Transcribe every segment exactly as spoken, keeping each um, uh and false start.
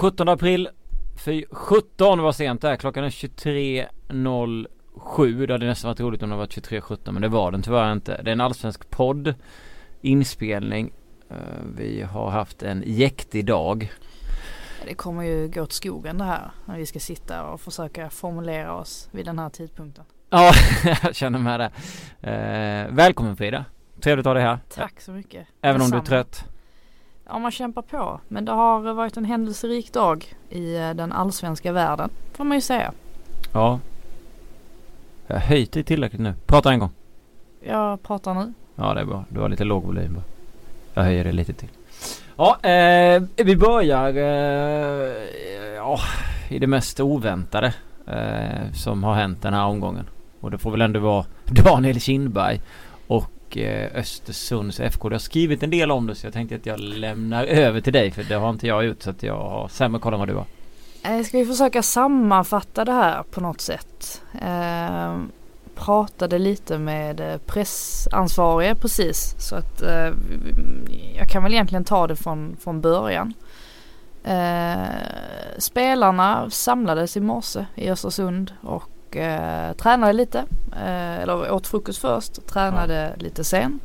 sjuttonde april. Fy sjutton var sent där. Klockan är tjugotre noll sju. Det hade nästan varit roligt om det var tjugotre sjutton, men det var den tyvärr inte. Det är en allsvensk podd inspelning. Vi har haft en jäktig dag. Det kommer ju gå åt skogen det här när vi ska sitta och försöka formulera oss vid den här tidpunkten. Ja, jag känner med det. Eh, välkommen Frida. Trevligt att ha dig här. Tack så mycket. Även Detsamma. om du är trött. Ja, man kämpar på. Men det har varit en händelserik dag i den allsvenska världen, får man ju säga. Ja. Jag har höjt dig tillräckligt nu. Prata en gång. Jag pratar nu. Ja, det är bra. Du har lite låg volym. Jag höjer det lite till. Ja, eh, vi börjar eh, ja, i det mest oväntade eh, som har hänt den här omgången. Och det får väl ändå vara Daniel Kindberg och eh, Östersunds F K. Jag har skrivit en del om det, så jag tänkte att jag lämnar över till dig, för det har inte jag gjort, så att jag har sämre koll än vad du har. Eh, ska vi försöka sammanfatta det här på något sätt? Eh, pratade lite med pressansvariga precis, så att eh, jag kan väl egentligen ta det från, från början. Eh, spelarna samlades i morse i Östersund och eh, tränade lite, eh, eller åt frukost först, tränade ja. lite sen.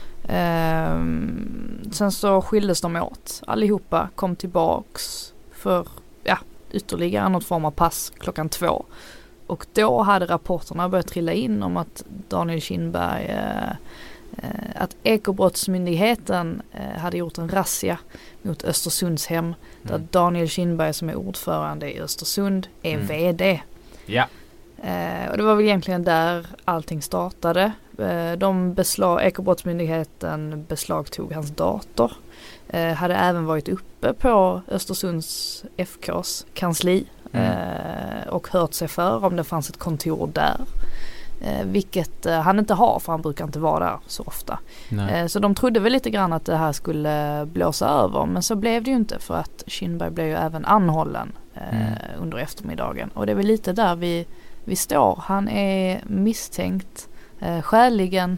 Eh, sen så skildes de åt allihopa, kom tillbaks för ja, ytterligare något form av pass klockan två. Och då hade rapporterna börjat trilla in om att Daniel Kindberg, eh, att Ekobrottsmyndigheten eh, hade gjort en razzia mot Östersundshem, mm. där Daniel Kindberg, som är ordförande i Östersund, är mm. vd. Ja. Eh, och det var väl egentligen där allting startade. Eh, de beslag, Ekobrottsmyndigheten beslagtog hans dator. Eh, hade även varit uppe på Östersunds F K:s kansli. Mm. Eh, och hört sig för om det fanns ett kontor där, eh, vilket eh, han inte har, för han brukar inte vara där så ofta. eh, så de trodde väl lite grann att det här skulle blåsa över, men så blev det ju inte, för att Kindberg blev ju även anhållen eh, mm. under eftermiddagen, och det är väl lite där vi, vi står. Han är misstänkt eh, skäligen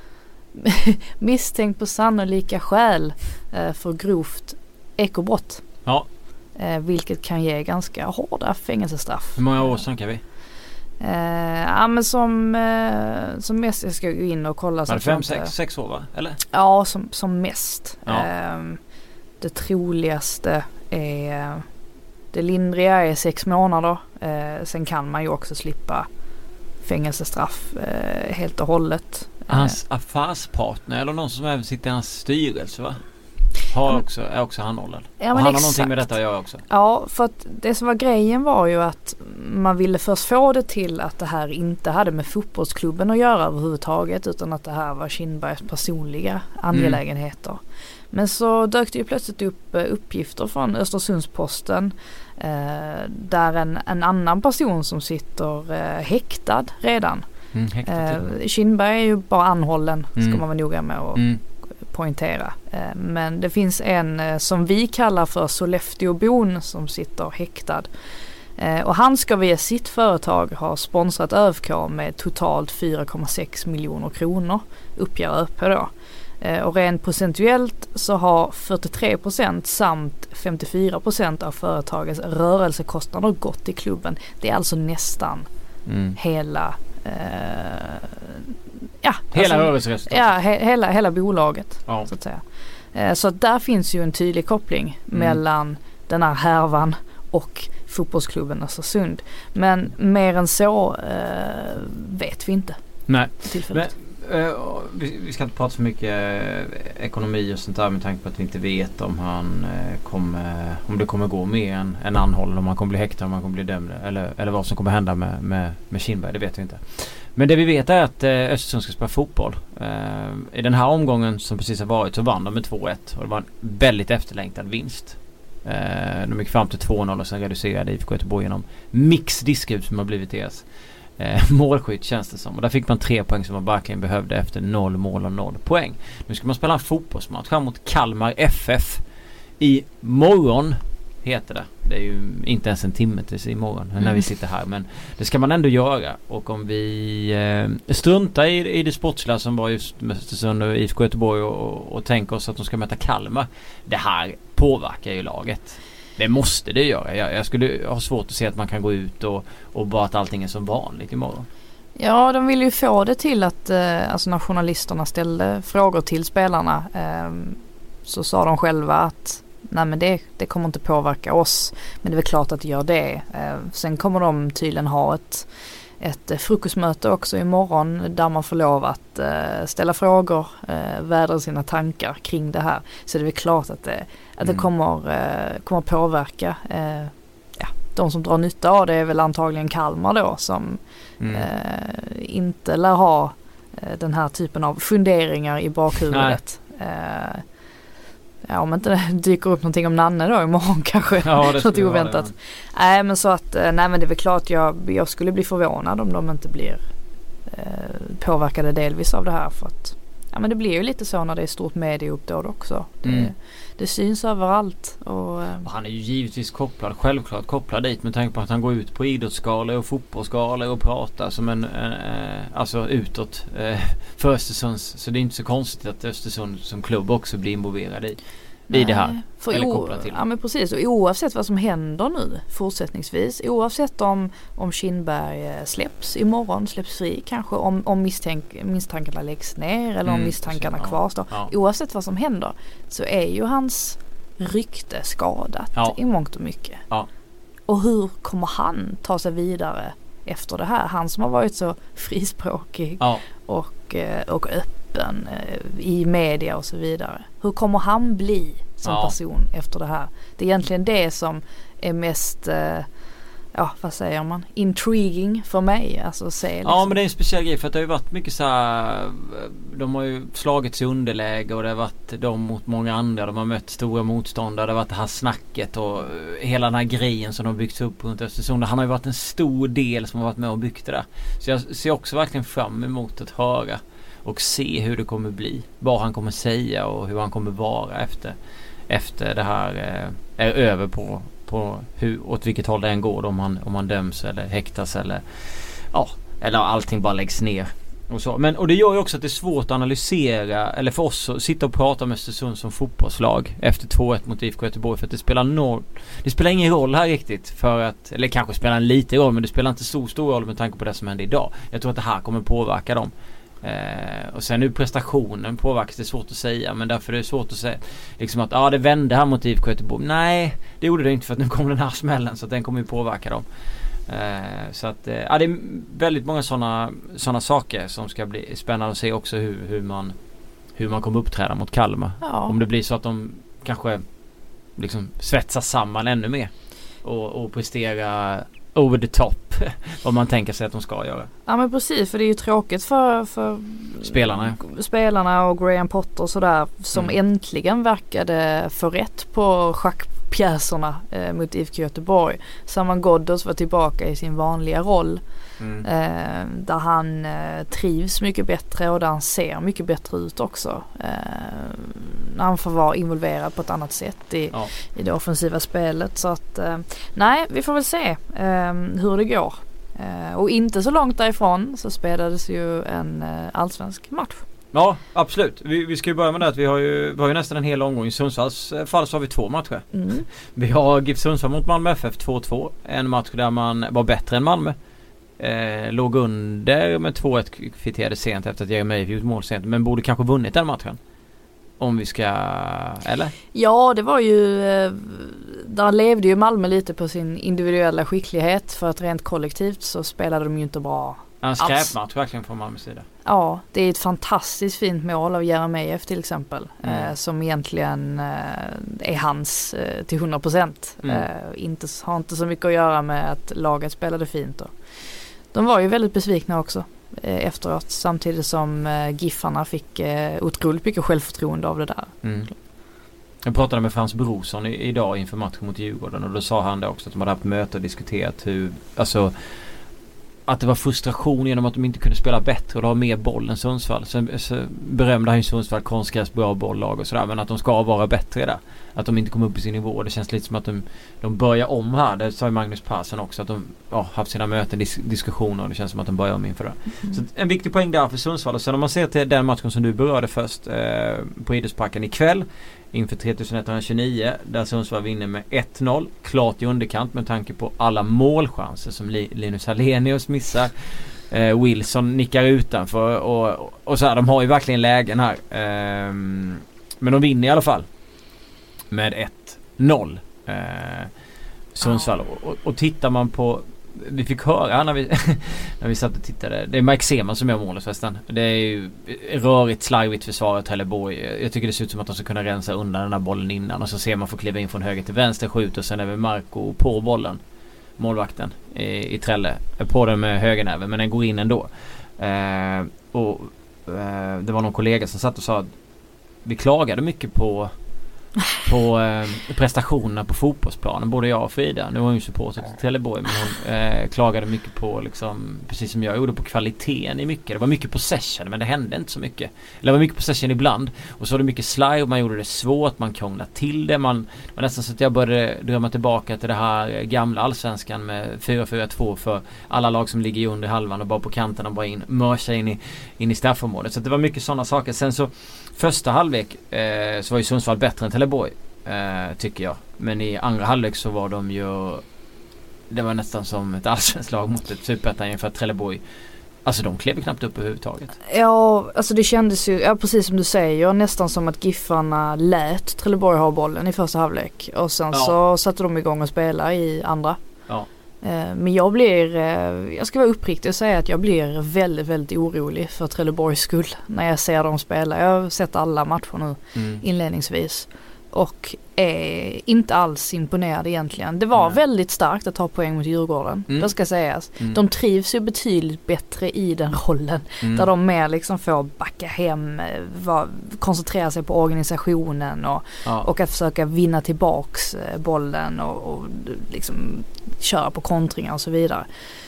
misstänkt på sannolika skäl eh, för grovt ekobrott. Ja. Eh, vilket kan ge ganska hårda fängelsestraff. Hur många år snackar vi? Eh, ja, men som, eh, som mest, jag ska gå in och kolla. Var det fem, sex, sex år va? Eller? Ja, som, som mest. Ja. Eh, det troligaste är, det lindriga är sex månader. Eh, sen kan man ju också slippa fängelsestraff eh, helt och hållet. Hans eh. affärspartner eller någon som även sitter i hans styrelse, va? Har också, är också anhållen. Ja, och han exakt. har någonting med detta att göra också. Ja, för att det som var grejen var ju att man ville först få det till att det här inte hade med fotbollsklubben att göra överhuvudtaget, utan att det här var Kindbergs personliga angelägenheter. Mm. Men så dök det ju plötsligt upp uppgifter från Östersundsposten eh, där en, en annan person som sitter eh, häktad redan. Mm, häktad eh, Kindberg är ju bara anhållen, ska mm. man vara noga med att mm. poängtera. Men det finns en som vi kallar för Sollefteåbon som sitter häktad. Och han ska via sitt företag ha sponsrat Ö F K med totalt fyra komma sex miljoner kronor, uppger Ö P då. Och rent procentuellt så har fyrtiotre procent samt femtiofyra procent av företagets rörelsekostnader gått till klubben. Det är alltså nästan mm. hela eh, Ja, hela alltså, rörelseresultatet. Ja, he- hela, hela bolaget, ja. så att säga. Eh, så att där finns ju en tydlig koppling mm. mellan den här härvan och fotbollsklubben Östersund. Men mer än så eh, vet vi inte. Nej, men, eh, vi, vi ska inte prata så mycket eh, ekonomi och sånt där, med tanke på att vi inte vet om han eh, kommer, om det kommer gå med en, en anhåll, om han kommer bli häktad, om han kommer bli dömd, eller, eller vad som kommer hända med, med, med Kindberg, det vet vi inte. Men det vi vet är att eh, Östersund ska spela fotboll. Eh, I den här omgången som precis har varit så vann de med två ett. Och det var en väldigt efterlängtad vinst. Eh, de gick fram till två noll och sen reducerade I F K Göteborg genom mix diskus som har blivit deras eh, målskytt, känns det som. Och där fick man tre poäng som man verkligen behövde efter noll mål och noll poäng. Nu ska man spela en fotbollsmatch mot Kalmar F F i morgon, heter det. Det är ju inte ens en timme tills imorgon mm. när vi sitter här, men det ska man ändå göra. Och om vi eh, struntar i, i det sportsliga som var just med Östersund och I F K Göteborg och, och, och tänker oss att de ska möta Kalmar, det här påverkar ju laget. Det måste det göra. Jag, jag skulle ha svårt att se att man kan gå ut och, och bara att allting är som vanligt imorgon. Ja, de vill ju få det till att eh, alltså när journalisterna ställde frågor till spelarna eh, så sa de själva att nej, men det, det kommer inte påverka oss, men det är väl klart att det gör det. Eh, sen kommer de tydligen ha ett, ett frukostmöte också imorgon där man får lov att eh, ställa frågor, eh, vädra sina tankar kring det här. Så det är väl klart att det, att det mm. kommer, eh, kommer påverka. Eh, ja, de som drar nytta av det är väl antagligen Kalmar då som mm. eh, inte lär ha eh, den här typen av funderingar i bakhuvudet. Eh, Ja, om inte det dyker upp någonting om Nanne då imorgon kanske. Ja, det något oväntat. Det, nej, men så att, nej men det är väl klart jag, jag skulle bli förvånad om de inte blir eh, påverkade delvis av det här. För att, ja men det blir ju lite så när det är stort medieuppdåd också. Det, mm. det syns överallt. Och, eh, och han är ju givetvis kopplad, självklart kopplad dit med tanke på att han går ut på idrottsskalor och fotbollsskalor och pratar som en, en eh, alltså utåt eh, för Östersunds. Så det är inte så konstigt att Östersund som klubb också blir involverad i. I det här. För eller kopplat till. Ja men precis, och oavsett vad som händer nu fortsättningsvis, oavsett om, om Kindberg släpps imorgon, släpps fri kanske, om, om misstänk, misstankarna läggs ner eller mm, om misstankarna precis, kvarstår, ja. Oavsett vad som händer så är ju hans rykte skadat ja. I mångt och mycket. Ja. Och hur kommer han ta sig vidare efter det här? Han som har varit så frispråkig ja. och, och öppen i media och så vidare. Hur kommer han bli som ja. person efter det här? Det är egentligen det som är mest, ja vad säger man, intriguing för mig. Alltså, se, liksom. Ja men det är en speciell grej för att det har ju varit mycket så här, de har ju slagits i underläge och det har varit de mot många andra, de har mött stora motståndare, det har varit det här snacket och hela den här grejen som de har byggts upp runt Östersund. Han har ju varit en stor del som har varit med och byggt det där. Så jag ser också verkligen fram emot att höra och se hur det kommer bli, vad han kommer säga och hur han kommer vara efter, efter det här eh, är över på på hur, åt vilket håll det än går, om man, om man döms eller häktas eller ja, eller allting bara läggs ner och så. Men, och det gör ju också att det är svårt att analysera eller för oss att sitta och prata om Östersund som fotbollslag efter två ett mot I F K Göteborg, för att det spelar noll, det spelar ingen roll här riktigt, för att, eller kanske spelar en liten roll, men det spelar inte så stor roll med tanke på det som händer idag. Jag tror att det här kommer påverka dem. Eh, och sen nu prestationen påverkas, det är svårt att säga, men därför är det svårt att säga liksom att ah, det vände här mot I F K Göteborg. Nej, det gjorde det inte, för att nu kom den här smällen, så att den kommer ju påverka dem. Eh, så att eh, ja, det är väldigt många sådana såna saker som ska bli spännande att se också hur, hur man hur man kommer uppträda mot Kalmar. Ja. Om det blir så att de kanske liksom svetsar samman ännu mer och, och prestera over the top vad man tänker sig att de ska göra. Ja men precis, för det är ju tråkigt för, för spelarna. spelarna och Graham Potter och sådär som mm. äntligen verkade få rätt på schackpjäserna eh, mot I F K Göteborg. Saman Ghoddos var tillbaka i sin vanliga roll mm. eh, där han eh, trivs mycket bättre och där han ser mycket bättre ut också. Eh, när han får vara involverad på ett annat sätt i, ja. i det offensiva spelet. Så att eh, nej, vi får väl se eh, hur det går. Eh, och inte så långt därifrån så spelades ju en eh, allsvensk match. Ja, absolut. Vi, vi ska ju börja med det att vi har ju, vi har ju nästan en hel omgång. I Sundsvalls fall så har vi två matcher. Mm. Vi har GIF Sundsvall mot Malmö F F två två. En match där man var bättre än Malmö. Eh, låg under med två ett, kvitterade sent efter att Jeremejeff gjort mål sent. Men borde kanske vunnit den matchen. Om vi ska, eller? Ja, det var ju, där levde ju Malmö lite på sin individuella skicklighet, för att rent kollektivt så spelade de ju inte bra. En skräpmatch verkligen från Malmös sida. Ja, det är ett fantastiskt fint mål av Jeremejeff till exempel. Mm. Eh, som egentligen eh, är hans eh, till hundra procent. Mm. Eh, inte, har inte så mycket att göra med att laget spelade fint då. De var ju väldigt besvikna också eh, efteråt, samtidigt som eh, Giffarna fick eh, otroligt mycket självförtroende av det där. Mm. Jag pratade med Frans Brorsson i, idag inför matchen mot Djurgården, och då sa han det också att de hade haft möte och diskuterat hur, alltså att det var frustration genom att de inte kunde spela bättre och ha mer boll än Sundsvall. Så, så berömde han ju Sundsvall konstgräs, bra bolllag och sådär, men att de ska vara bättre där. Att de inte kom upp i sin nivå. Det känns lite som att de, de börjar om här. Det sa ju Magnus Persson också, att de ja, haft sina möten, dis- diskussioner, och det känns som att de börjar om inför det. Mm. Så en viktig poäng där för Sundsvall. Och sen om man ser till den matchen som du berörde först eh, på Idrottsparken ikväll inför tre tusen etthundratjugonio, där Sundsvall vinner med ett noll, klart i underkant med tanke på alla målchanser som Linus Hallenius missar. Eh, Wilson nickar utanför och, och så här, de har ju verkligen lägen här. Eh, men de vinner i alla fall med ett noll. Eh, Sundsvall. Och, och, och tittar man på, vi fick höra när vi, när vi satt och tittade, det är Mike Seman som gör målet förresten. Det är ju rörigt, slarvigt försvaret Trelleborg. Jag tycker det ser ut som att de ska kunna rensa undan den här bollen innan, och så ser man få kliva in från höger till vänster, skjuter, och sen är vi Marco på bollen, målvakten i, i Trelle, på den med högernäven, men den går in ändå. Eh, och eh, det var någon kollega som satt och sa att vi klagade mycket på på eh, prestationerna på fotbollsplanen, både jag och Frida. Nu var hon ju supporter till Trelleborg, men hon eh, klagade mycket på, liksom, precis som jag gjorde, på kvaliteten i mycket. Det var mycket possession, men det hände inte så mycket. Eller det var mycket possession ibland, och så var det mycket slide, och man gjorde det svårt, man krånglade till det. Man, det var nästan så att jag började drömma tillbaka till det här gamla allsvenskan med fyra fyra två för alla lag som ligger under halvan och bara på kanten och bara in, mörsa in i, in i straffområdet. Så det var mycket sådana saker. Sen så första halvlek eh, så var ju Sundsvall bättre än Trelleborg, eh, tycker jag. Men i andra halvlek så var de ju, det var nästan som ett allsvenskt lag mot ett superettan, för att Trelleborg, alltså de klev knappt upp överhuvudtaget. Ja, alltså det kändes ju, ja, precis som du säger, nästan som att Giffarna lät Trelleborg ha bollen i första halvlek. Och sen ja. så satte de igång och spela i andra. Ja. Men jag blir, jag ska vara uppriktig och säga att jag blir väldigt, väldigt orolig för Trelleborgs skull när jag ser dem spela. Jag har sett alla matcher nu mm. inledningsvis och är inte alls imponerad egentligen. Det var Nej. väldigt starkt att ta poäng mot Djurgården, mm. det ska sägas. Mm. De trivs ju betydligt bättre i den rollen, mm. där de mer liksom får backa hem, var, koncentrera sig på organisationen och, ja. och att försöka vinna tillbaks bollen och, och liksom köra på kontringar och så vidare.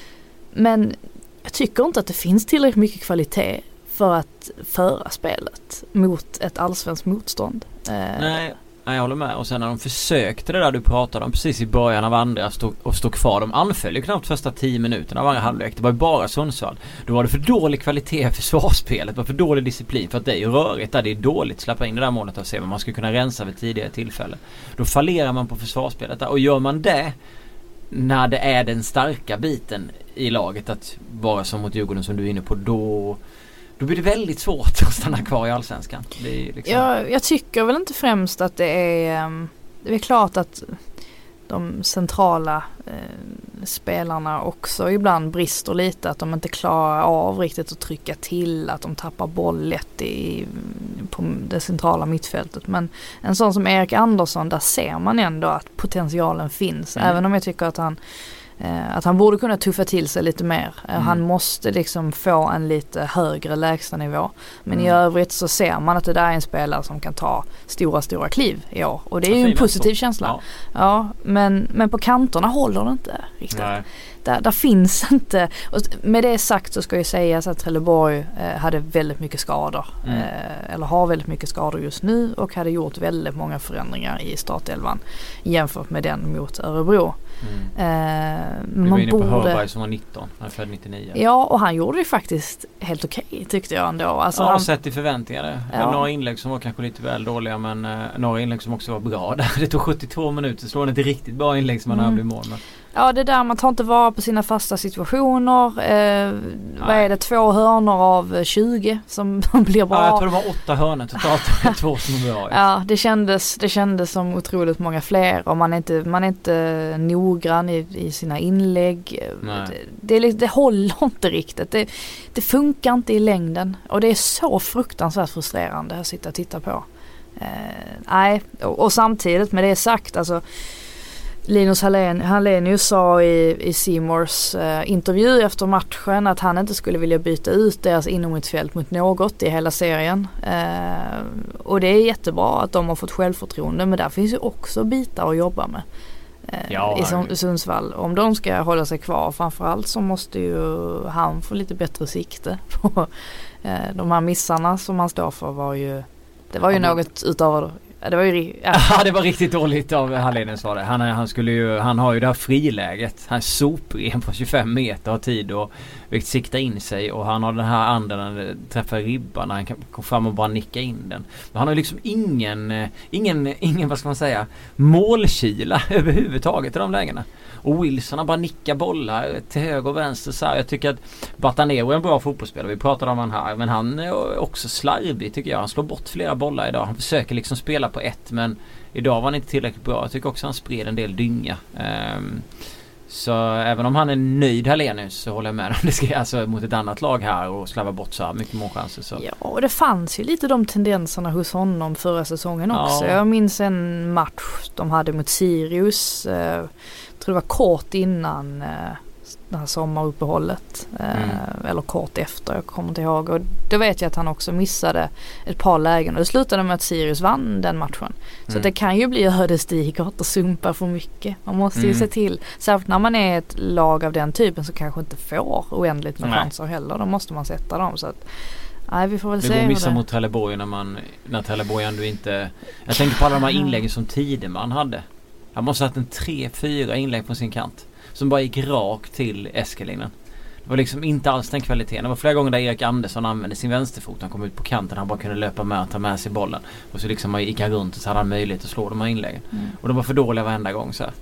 Men jag tycker inte att det finns tillräckligt mycket kvalitet för att föra spelet mot ett allsvenskt motstånd. Nej. Nej, jag håller med. Och sen när de försökte det där du pratade om precis i början av andra stod, och stod kvar, de anföll ju knappt första tio minuterna av varje halvlek. Det var ju bara Sundsvall. Då var det för dålig kvalitet i försvarsspelet, det var för dålig disciplin, för att det är ju rörigt där, det är dåligt att släppa in det där målet och se vad man skulle kunna rensa vid tidigare tillfälle. Då fallerar man på försvarsspelet där, och gör man det när det är den starka biten i laget, att vara som mot Djurgården som du är inne på, då Då blir det väldigt svårt att stanna kvar i allsvenskan. Det är liksom... ja, jag tycker väl inte främst att det är... Det är klart att de centrala eh, spelarna också ibland brister lite. Att de inte klarar av riktigt att trycka till. Att de tappar boll lätt i, på det centrala mittfältet. Men en sån som Erik Andersson, där ser man ändå att potentialen finns. Mm. Även om jag tycker att han... att han borde kunna tuffa till sig lite mer. Mm. Han måste liksom få en lite högre lägstanivå. Men mm. i övrigt så ser man att det där är en spelare som kan ta stora, stora kliv i år. Och det är ju en positiv känsla. Ja, ja men, men på kanterna håller det inte riktigt. Nej. Där, där finns inte... Och med det sagt så ska jag säga att Trelleborg eh, hade väldigt mycket skador. Mm. Eh, eller har väldigt mycket skador just nu. Och hade gjort väldigt många förändringar i startelvan jämfört med den mot Örebro. Mm. Eh, vi var inne på borde... Hörberg som var nitton, han är född nittionio. Ja, och han gjorde det faktiskt helt okej, okay, tyckte jag ändå. Alltså, ja, han... sett i förväntningar. Ja. Några inlägg som var kanske lite väl dåliga, men uh, några inlägg som också var bra. Det tog sjuttiotvå minuter, slår inte riktigt bra inlägg som man mm. har blivit mål med. Ja, det där man tar inte vara på sina fasta situationer. Eh, vad är det? Två hörnor av tjugo som blir bra. Ja, jag tror det var åtta hörnor totalt. Två som är bra. Ja, det kändes, det kändes som otroligt många fler. Och man är inte, man är inte noggrann i, i sina inlägg. Det, det, det håller inte riktigt. Det, det funkar inte i längden. Och det är så fruktansvärt frustrerande att sitta och titta på. Eh, nej, och, och samtidigt med det sagt, alltså Linus Hallén, Hallenius sa i, i Seymours eh, intervju efter matchen att han inte skulle vilja byta ut deras inomhutfält mot något i hela serien. Eh, och det är jättebra att de har fått självförtroende, men där finns ju också bitar att jobba med. eh, ja, i Sun- Sundsvall. Om de ska hålla sig kvar, framförallt så måste ju han få lite bättre sikte på eh, de här missarna som han står för var ju, det var ju ja, något utöver. Ja, det var ju ja. ja, det var riktigt dåligt av Hallenius var det. Han, han, skulle ju, han har ju det här friläget. Han är sopren på tjugofem meter har tid och vill sikta in sig. Och han har den här andra när det träffar ribban. När han kan gå fram och bara nicka in den. Men han har liksom ingen, ingen, ingen vad ska man säga, målkila överhuvudtaget i de lägena. Och Wilson har bara nickat bollar till höger och vänster. Så här. Jag tycker att Batanero är en bra fotbollsspelare. Vi pratade om han här. Men han är också slarvig tycker jag. Han slår bort flera bollar idag. Han försöker liksom spela på ett. Men idag var han inte tillräckligt bra. Jag tycker också han spred en del dynga. Um, så även om han är nöjd Hallenius så håller jag med om det ska alltså mot ett annat lag här och slarva bort så här mycket målchanser. Så. Ja, och det fanns ju lite de tendenserna hos honom förra säsongen också. Ja. Jag minns en match de hade mot Sirius. Eh, jag tror det var kort innan eh, det här sommaruppehållet. Eh, mm. Eller kort efter, jag kommer inte ihåg. Och då vet jag att han också missade ett par lägen. Och det slutade med att Sirius vann den matchen. Så mm. det kan ju bli ödesdigert och sumpa för mycket. Man måste ju mm. se till. Särskilt när man är ett lag av den typen så kanske inte får oändligt med chanser heller. Då måste man sätta dem. Så att, nej, vi får väl det se. Det går missa mot Trelleborg när man när Trelleborg ändå inte... Jag tänker på alla de här inläggen som Tideman hade. Han måste ha haft en tre fyra inlägg på sin kant. Som bara gick rakt till Eskelinen. Det var liksom inte alls den kvaliteten. Det var flera gånger där Erik Andersson använde sin vänsterfot. Han kom ut på kanten. Han bara kunde löpa med och ta med sig bollen. Och så liksom gick han runt och så hade han möjlighet att slå de här inläggen. Mm. Och de var för dåliga varenda gång så här.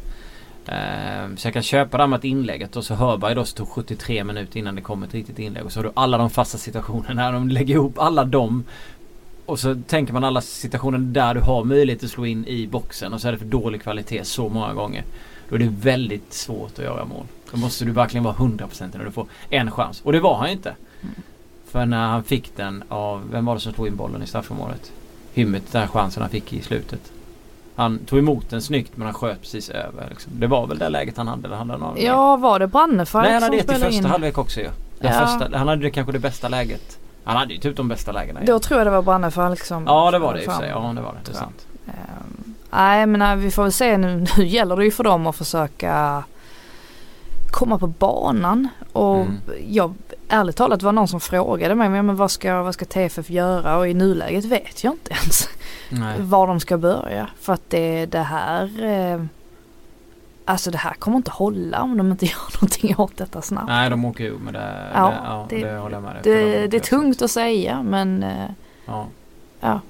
Uh, så jag kan köpa det med ett inlägget. Och så Hörberg då så tog sjuttiotre minuter innan det kom ett riktigt inlägg. Och så har du alla de fasta situationerna. När de lägger ihop alla dem. Och så tänker man alla situationer där du har möjlighet att slå in i boxen. Och så är det för dålig kvalitet så många gånger. Då är det väldigt svårt att göra mål. Då måste du verkligen vara hundra procent när du får en chans. Och det var han ju inte. Mm. För när han fick den av... Vem var det som slog in bollen i straffområdet? Hymmet, den chansen han fick i slutet. Han tog emot den snyggt men han sköt precis över. Liksom. Det var väl det läget han hade. hade han ja, var det Brannefalk? Nej, han hade det till första in. halvlek också. Ja. Den ja. Första, han hade det kanske det bästa läget. Han hade ju typ de bästa lägena. Då ja. tror jag det var Brannefalk som... Ja, det var det i och för sig. Ja, det var det. Det är sant. Um, nej, men nej, vi får väl se. Nu, nu gäller det ju för dem att försöka komma på banan. Och mm. jag, ärligt talat var någon som frågade mig men vad ska, vad ska T F F göra? Och i nuläget vet jag inte ens nej. var de ska börja. För att det, det här... Eh, alltså det här kommer inte hålla om de inte gör någonting åt detta snabbt. Nej, de åker ju med det. Ja, det, ja, det, det håller jag med dig. Det, det, det är tungt att säga men... Eh, ja. ja.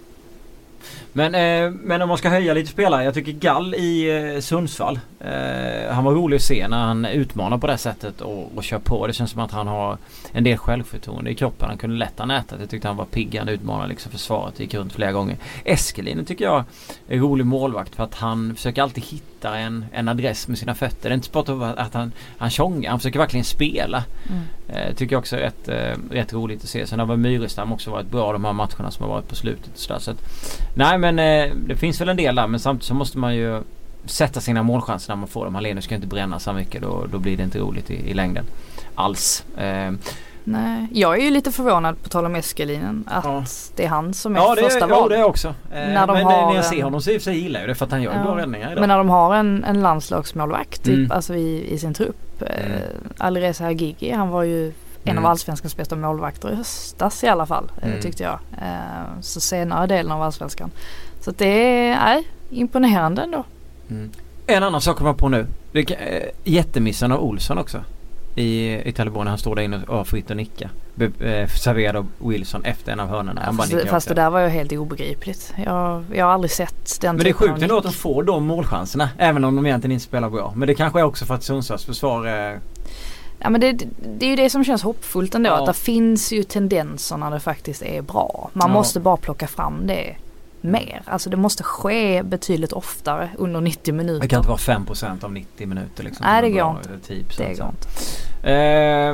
Men, eh, men om man ska höja lite spelare. Jag tycker Gall i eh, Sundsvall. Eh, han var rolig att se när han utmanar på det sättet och, och kör på. Det känns som att han har en del självförtroende i kroppen. Han kunde lätta nätet. Jag tyckte han var pigg. Han utmanar liksom försvaret. Gick runt flera gånger. Eskelinen tycker jag är en rolig målvakt för att han försöker alltid hitta en, en adress med sina fötter. Det är inte bara att han, han tjongar. Han försöker verkligen spela. Mm. Eh, tycker jag också är rätt, eh, rätt roligt att se. Sen har var Myrestam också varit bra de här matcherna som har varit på slutet. Så, så att, nej men eh, det finns väl en del där men samtidigt så måste man ju sätta sina målchanser när man får dem. Hallenius ska inte bränna så mycket då, då blir det inte roligt i, i längden alls. Eh, Nej, jag är ju lite förvånad på tal om Eskelinen att ja. det är han som är ja, det första är, val. Ja, det är också. Eh, när de men har när jag ser en, honom så i sig gillar jag det för att han gör ja, bra räddningar idag. Men när de har en, en landslagsmålvakt typ, mm. alltså i, i sin trupp. Mm. Eh, Alireza Hagigi, han var ju en mm. av allsvenskans bästa målvakter i höstas i alla fall, mm. tyckte jag. Eh, så senare delen av allsvenskan. Så det är äh, imponerande ändå. Mm. En annan sak kommer på nu. Det är äh, jättemissen av Olsson också. I, i Trelleborg när han står där inne och fritt och nicka. Be, äh, serverad av Wilson efter en av hörnorna. Ja, fast fast det där var ju helt obegripligt. Jag, jag har aldrig sett den. Men det är sjukt ändå att de får de målchanserna. Även om de egentligen inte spelar bra. Men det kanske är också för att Sundsvalls försvar äh, ja, men det, det är ju det som känns hoppfullt ändå. Ja. Att det finns ju tendenser när det faktiskt är bra. Man ja. måste bara plocka fram det mer. Alltså det måste ske betydligt oftare under nittio minuter. Det kan inte vara fem procent av nittio minuter. Liksom, nej, det går inte. Typ, det går inte. Eh,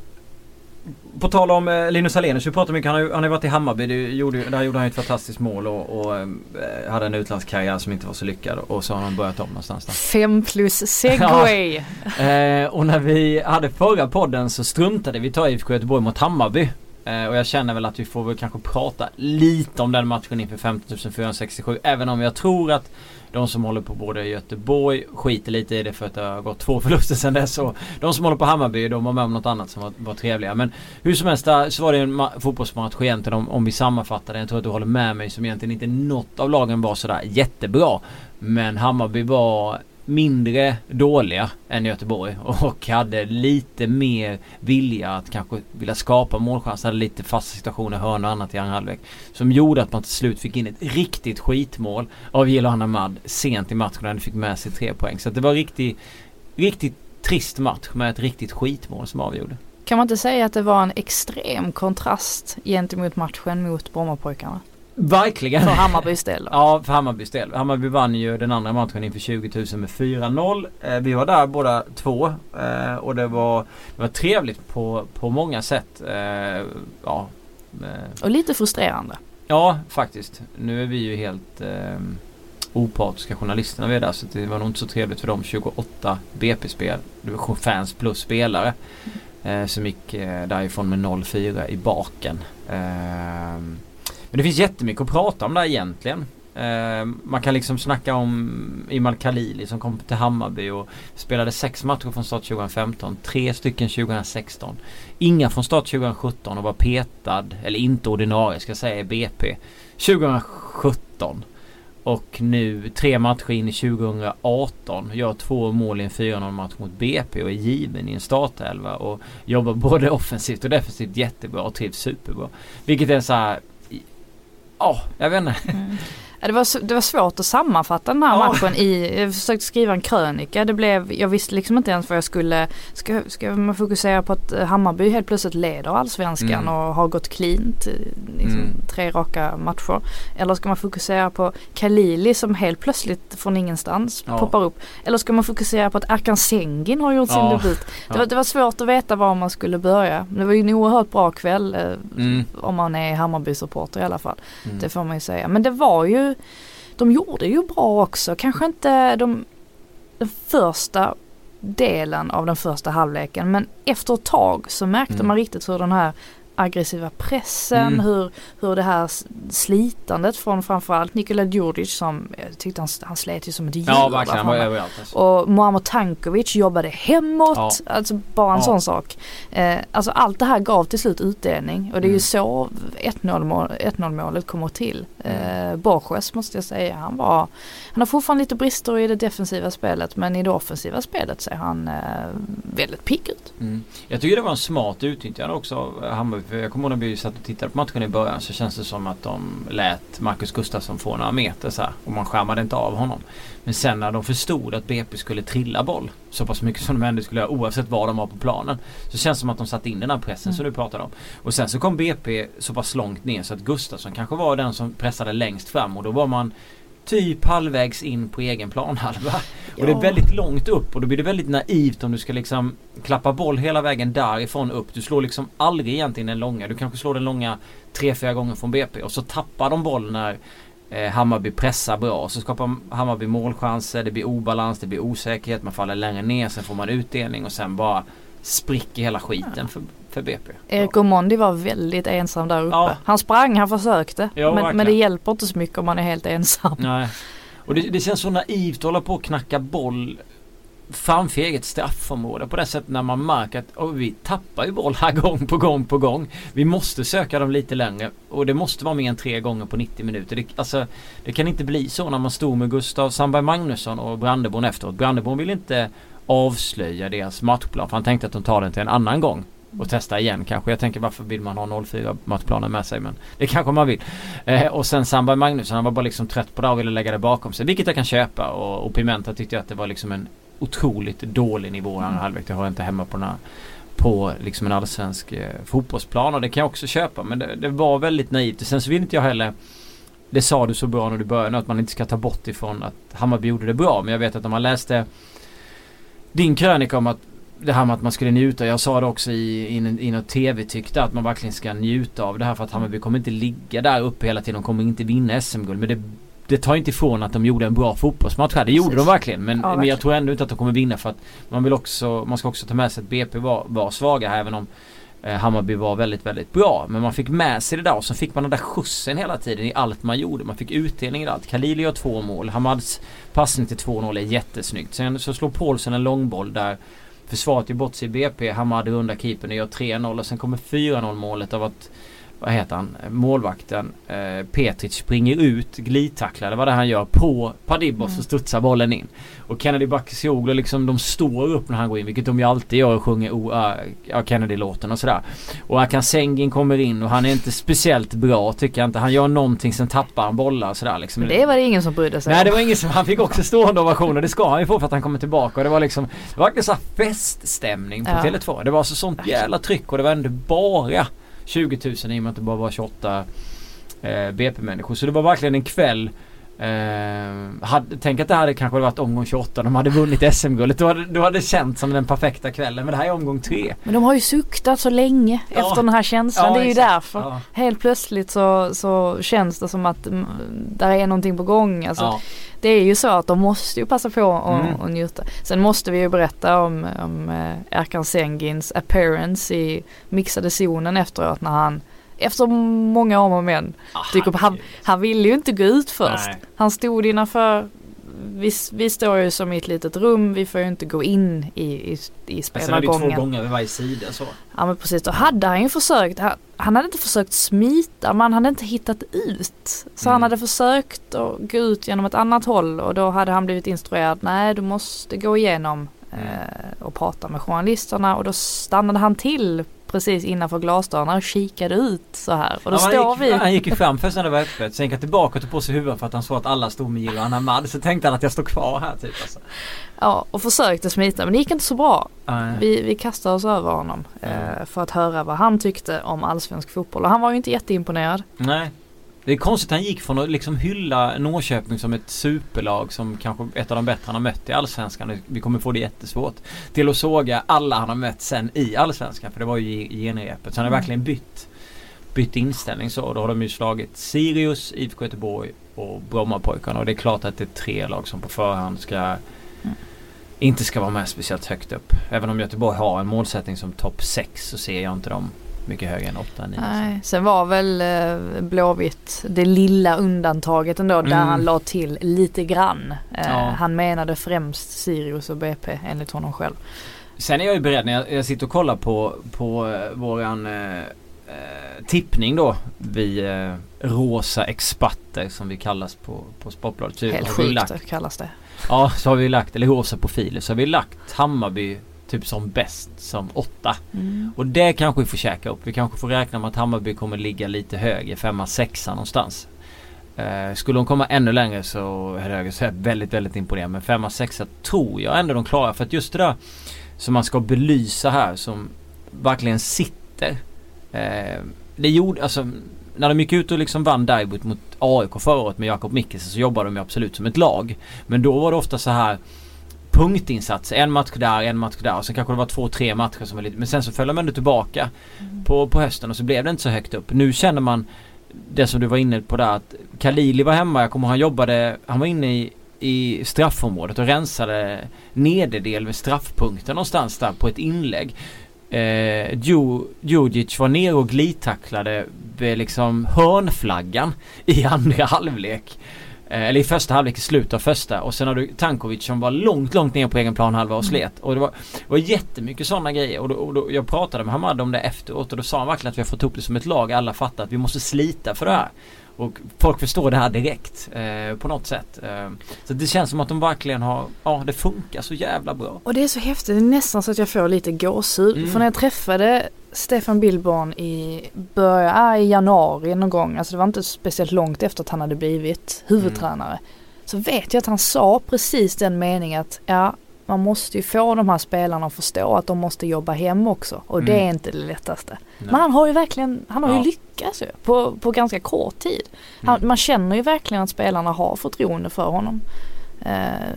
på tal om eh, Linus Hallenius, vi pratar mycket. Han har ju han har varit i Hammarby. Det gjorde, där gjorde han ett fantastiskt mål och, och eh, hade en utlandskarriär som inte var så lyckad. Och så har han börjat om någonstans där. Fem plus segway. Ja. Eh, och när vi hade förra podden så struntade vi ta I F K Göteborg mot Hammarby. Eh, och jag känner väl att vi får väl kanske prata lite om den matchen inför femton tusen fyrahundrasextiosju. Även om jag tror att de som håller på både Göteborg skiter lite i det för att det har gått två förluster sedan dess. Och de som håller på Hammarby, de var med om något annat som var, var trevliga. Men hur som helst så var det en ma- fotbollsmatch egentligen om, om vi sammanfattar det. Jag tror att du håller med mig som egentligen inte något av lagen var sådär jättebra. Men Hammarby var mindre dåliga än Göteborg och hade lite mer vilja att kanske vilja skapa målchanser, hade lite fasta situationer, hörn och annat i andra halvlek som gjorde att man till slut fick in ett riktigt skitmål av Jiloan Ahmad sent i matchen och fick med sig tre poäng. Så att det var riktigt, riktigt trist match med ett riktigt skitmål som avgjorde. Kan man inte säga att det var en extrem kontrast gentemot matchen mot Brommapojkarna? Verkligen. För Hammarbys del då. Ja, för Hammarbys del. Hammarby vann ju den andra matchen inför tjugo tusen med fyra noll. Eh, vi var där båda två. Eh, och det var, det var trevligt på, på många sätt. Eh, ja. Eh. Och lite frustrerande. Ja, faktiskt. Nu är vi ju helt eh, opartiska journalisterna vi är där. Så det var nog inte så trevligt för de tjugoåtta B P-spel. Det var fans plus spelare. Eh, som gick eh, därifrån med noll fyra i baken. Eh, Men det finns jättemycket att prata om där egentligen. Eh, man kan liksom snacka om Imad Khalili som kom till Hammarby och spelade sex matcher från start tjugohundrafemton. Tre stycken tjugohundrasexton. Inga från start tjugohundrasjutton och var petad, eller inte ordinarie ska jag säga, i B P. tjugohundrasjutton. Och nu tre matcher in i tjugohundraarton. Gör två mål i en fyra noll match mot B P och är given i en startelva. Och jobbar både offensivt och defensivt jättebra och trivs superbra. Vilket är så här... Ja, oh, jag vet inte. Mm. Det var, det var svårt att sammanfatta den här oh. matchen i, jag försökte skriva en krönika, det blev, jag visste liksom inte ens vad jag skulle, ska, ska man fokusera på att Hammarby helt plötsligt leder allsvenskan mm. och har gått cleant liksom, mm. tre raka matcher, eller ska man fokusera på Khalili som helt plötsligt från ingenstans oh. poppar upp, eller ska man fokusera på att Erkan Sengin har gjort sin oh. debut. Det, oh. var, det var svårt att veta var man skulle börja. Det var ju en oerhört bra kväll eh, mm. om man är Hammarby-supporter i alla fall. Mm. Det får man ju säga. Men det var ju de gjorde ju bra också. Kanske inte de, den första delen av den första halvleken, men efter ett tag så märkte mm. man riktigt hur den här aggressiva pressen, mm. hur, hur det här slitandet från framförallt Nikola Djurdjic som jag tyckte han, han slet ju som ett djur. Ja, verkligen. Han var överallt, alltså. Och Muamer Tankovic jobbade hemåt. Ja. Alltså bara en ja. sån sak. Eh, alltså allt det här gav till slut utdelning. Och det är mm. ju så ett noll-målet kommer till. Eh, Borges måste jag säga. Han, var, han har fortfarande lite brister i det defensiva spelet, men i det offensiva spelet ser han eh, väldigt pigg ut. Mm. Jag tycker det var en smart utnyttjande också av Hammarby. För jag kommer ihåg när vi satt och tittade på matchen i början så känns det som att de lät Marcus Gustafsson få några meter så här, och man skärmade inte av honom. Men sen när de förstod att B P skulle trilla boll så pass mycket som de ändå skulle göra oavsett vad de var på planen, så känns det som att de satte in den här pressen mm. som du pratade om. Och sen så kom B P så pass långt ner så att Gustafsson kanske var den som pressade längst fram, och då var man typ halvvägs in på egen planhalva. Ja. Och det är väldigt långt upp och då blir det väldigt naivt om du ska liksom klappa boll hela vägen därifrån upp. Du slår liksom aldrig egentligen den långa. Du kanske slår den långa tre, fyra gånger från B P och så tappar de boll när eh, Hammarby pressar bra. Så skapar Hammarby målchanser, det blir obalans, det blir osäkerhet, man faller längre ner, sen får man utdelning och sen bara spricker hela skiten ja. för, för B P. Erik Omondi var väldigt ensam där uppe. Ja. Han sprang, han försökte. Ja, men, men det hjälper inte så mycket om man är helt ensam. Nej. Och det, det känns så naivt att hålla på och knacka boll framför eget straffområde på det sättet när man märker att oh, vi tappar ju boll här gång på gång på gång. Vi måste söka dem lite längre och det måste vara mer än tre gånger på nittio minuter. Det, alltså, det kan inte bli så när man stod med Gustav Sandberg Magnusson och Brandeborn efteråt. Brandeborn vill inte avslöja deras matchplan för han tänkte att de tar den till en annan gång och testa igen kanske. Jag tänker varför vill man ha noll fyra matchplanen med sig, men det kanske man vill. Eh, och sen Sandberg Magnusson, han var bara liksom trött på det och ville lägga det bakom sig, vilket jag kan köpa, och, och Pimenta tyckte att det var liksom en otroligt dålig nivå mm. halvlek. Det har jag inte hemma på, na, på liksom en allsvensk eh, fotbollsplan, och det kan jag också köpa, men det, det var väldigt naivt. Sen så vill inte jag heller, det sa du så bra när du började, att man inte ska ta bort ifrån att Hammarby gjorde det bra, men jag vet att om man läste din krönika om att det här med att man skulle njuta, jag sa det också i, i, i något tv tyckte att man verkligen ska njuta av det här, för att Hammarby kommer inte ligga där uppe hela tiden, de kommer inte vinna S M-guld, men det, det tar inte ifrån att de gjorde en bra fotbollsmatch här, det gjorde Precis. de verkligen, men, ja, verkligen. men jag tror ändå inte att de kommer vinna, för att man vill också, man ska också ta med sig att B P var, var svaga här, även om Eh, Hammarby var väldigt, väldigt bra. Men man fick med sig det där och så fick man den där skjutsen hela tiden i allt man gjorde. Man fick utdelning i allt. Khalili gör två mål. Hamads passning till två noll är jättesnyggt. Sen så slår Paulsen en långboll där försvaret är bort sig i B P. Hamad rundar keepern och gör tre noll. Och sen kommer fyra noll målet av att, vad heter han, målvakten eh, Petric springer ut, glidtacklar, det var det han gör på Padibos mm. och studsar bollen in. Och Kennedy Bakircioglu liksom, de står upp när han går in, vilket de ju alltid gör och sjunger o, uh, Kennedy-låten och sådär. Och Akan Sengin kommer in och han är inte speciellt bra, tycker jag inte. Han gör någonting, sen tappar han bollar och sådär liksom. Men det var det ingen som brydde sig. Nej, det var ingen som, han fick också stående ovationer. Det ska han ju få för att han kommer tillbaka. Och det var liksom, det var verkligen så här feststämning på ja. Tele två. Det var så sånt jävla tryck och det var ändå bara tjugo tusen i och med att det bara var tjugoåtta eh, B P-människor. Så det var verkligen en kväll. Eh, hade, tänk att det hade kanske varit omgång tjugoåtta. De hade vunnit S M-guldet. Då hade, då hade det känts som den perfekta kvällen. Men det här är omgång tre. Men de har ju suktat så länge ja. efter den här känslan. Ja, det är ju exakt. Därför. Ja. Helt plötsligt så, så känns det som att mm, där är någonting på gång. Alltså, ja. Det är ju så att de måste ju passa på att mm. njuta. Sen måste vi ju berätta om, om eh, Erkan Sengins appearance i mixade zonen efteråt när han efter många om och men tycker han, han ville ju inte gå ut först. Nej. Han stod innanför vi, vi står ju som i ett litet rum, vi får ju inte gå in i, i, i spelargången. Sen är det två gånger vid varje sida så. Ja men precis, då hade han ju försökt, han, han hade inte försökt smita, man hade inte hittat ut. Så mm. han hade försökt att gå ut genom ett annat håll och då hade han blivit instruerad, nej du måste gå igenom mm. eh, och prata med journalisterna och då stannade han till precis innanför glasdörrarna och kikade ut så här. Och då ja, står han, gick, vi. han gick ju fram först när det var öppet. Sen gick han tillbaka och tog på sig huvudet för att han såg att alla stod med Jiran Hamad. Så tänkte han att jag står kvar här typ. Alltså. Ja, och försökte smita. Men det gick inte så bra. Nej. Vi, vi kastade oss över honom mm. eh, för att höra vad han tyckte om allsvensk fotboll. Och han var ju inte jätteimponerad. Nej. Det är konstigt att han gick från att liksom hylla Norrköping som ett superlag som kanske ett av de bättre han har mött i allsvenskan. Vi kommer få det jättesvårt. Till att såga alla han har mött sen i allsvenskan. För det var ju i genrepet. Så han har mm. verkligen bytt, bytt inställning så. Då har de ju slagit Sirius, I F K Göteborg och Brommapojkarna. Och det är klart att det är tre lag som på förhand ska mm. inte ska vara med speciellt högt upp. Även om Göteborg har en målsättning som topp sex så ser jag inte dem mycket högre än åtta nio. Nej, sen var väl eh, Blåvitt det lilla undantaget ändå mm. där han la till lite grann. Eh, ja. Han menade främst Sirius och B P enligt honom själv. Sen är jag ju beredd när jag, jag sitter och kollar på, på uh, våran uh, uh, tippning då. Vi uh, rosa experter som vi kallas på, på Sportbladet. Så helt sjukt lagt, kallas det. Ja, så har vi lagt, eller rosa profiler, så har vi lagt Hammarby typ som bäst, som åtta. Mm. Och det kanske vi får käka upp. Vi kanske får räkna med att Hammarby kommer ligga lite högre, femma, sexa någonstans. Eh, skulle de komma ännu längre så är det så väldigt, väldigt imponerande. Men femma, sexa tror jag ändå de klarar. För att just det där som man ska belysa här, som verkligen sitter. Eh, det gjorde, alltså när de gick ut och liksom vann derbyt mot A I K förra året med Jakob Mikkelsen så jobbade de ju absolut som ett lag. Men då var det ofta så här punktinsats, en match där, en match där och sen kanske det var två, tre matcher som var lite, men sen så följde man ändå tillbaka mm. på, på hösten och så blev det inte så högt upp. Nu känner man det som du var inne på där, att Khalili var hemma, jag kommer han jobbade, han var inne i, i straffområdet och rensade nederdel vid straffpunkten någonstans där på ett inlägg. Eh, Djurdjic var ner och glidtacklade vid liksom hörnflaggan i andra halvlek. Eller i första halvlek, i slutet av första. Och sen har du Tankovic som var långt, långt ner på egen plan halva och slet. Och det var, det var jättemycket sådana grejer. Och, då, och då, jag pratade med Hamad om det efteråt. Och då sa han verkligen att vi har fått ihop det som ett lag. Alla fattar att vi måste slita för det här. Och folk förstår det här direkt eh, på något sätt. Eh, så det känns som att de verkligen har, ja det funkar så jävla bra. Och det är så häftigt, det är nästan så att jag får lite gåshud. Mm. För när jag träffade Stefan Billborn i, börja, i januari någon gång, alltså det var inte speciellt långt efter att han hade blivit huvudtränare. Mm. Så vet jag att han sa precis den meningen att ja, man måste ju få de här spelarna att förstå att de måste jobba hem också. Och mm. det är inte det lättaste. Nej. Men han har ju verkligen, han har ja. ju lyckats ju, på, på ganska kort tid. Han, mm. Man känner ju verkligen att spelarna har förtroende för honom. Eh,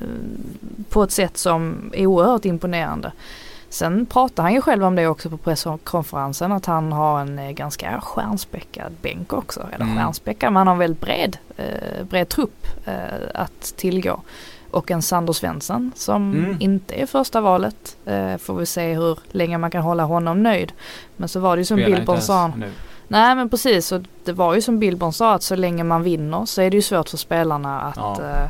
på ett sätt som är oerhört imponerande. Sen pratar han ju själv om det också på presskonferensen, att han har en ganska stjärnspäckad bänk också. Eller mm. stjärnspäckad, men han har en väldigt bred, eh, bred trupp eh, att tillgå. och en Sander Svensson som Mm. inte är första valet. Eh, får vi se hur länge man kan hålla honom nöjd. Men så var det ju som Spelar Billborn inte sa. ens nu. Nej men precis, och det var ju som Billborn sa att så länge man vinner så är det ju svårt för spelarna att Ja. eh,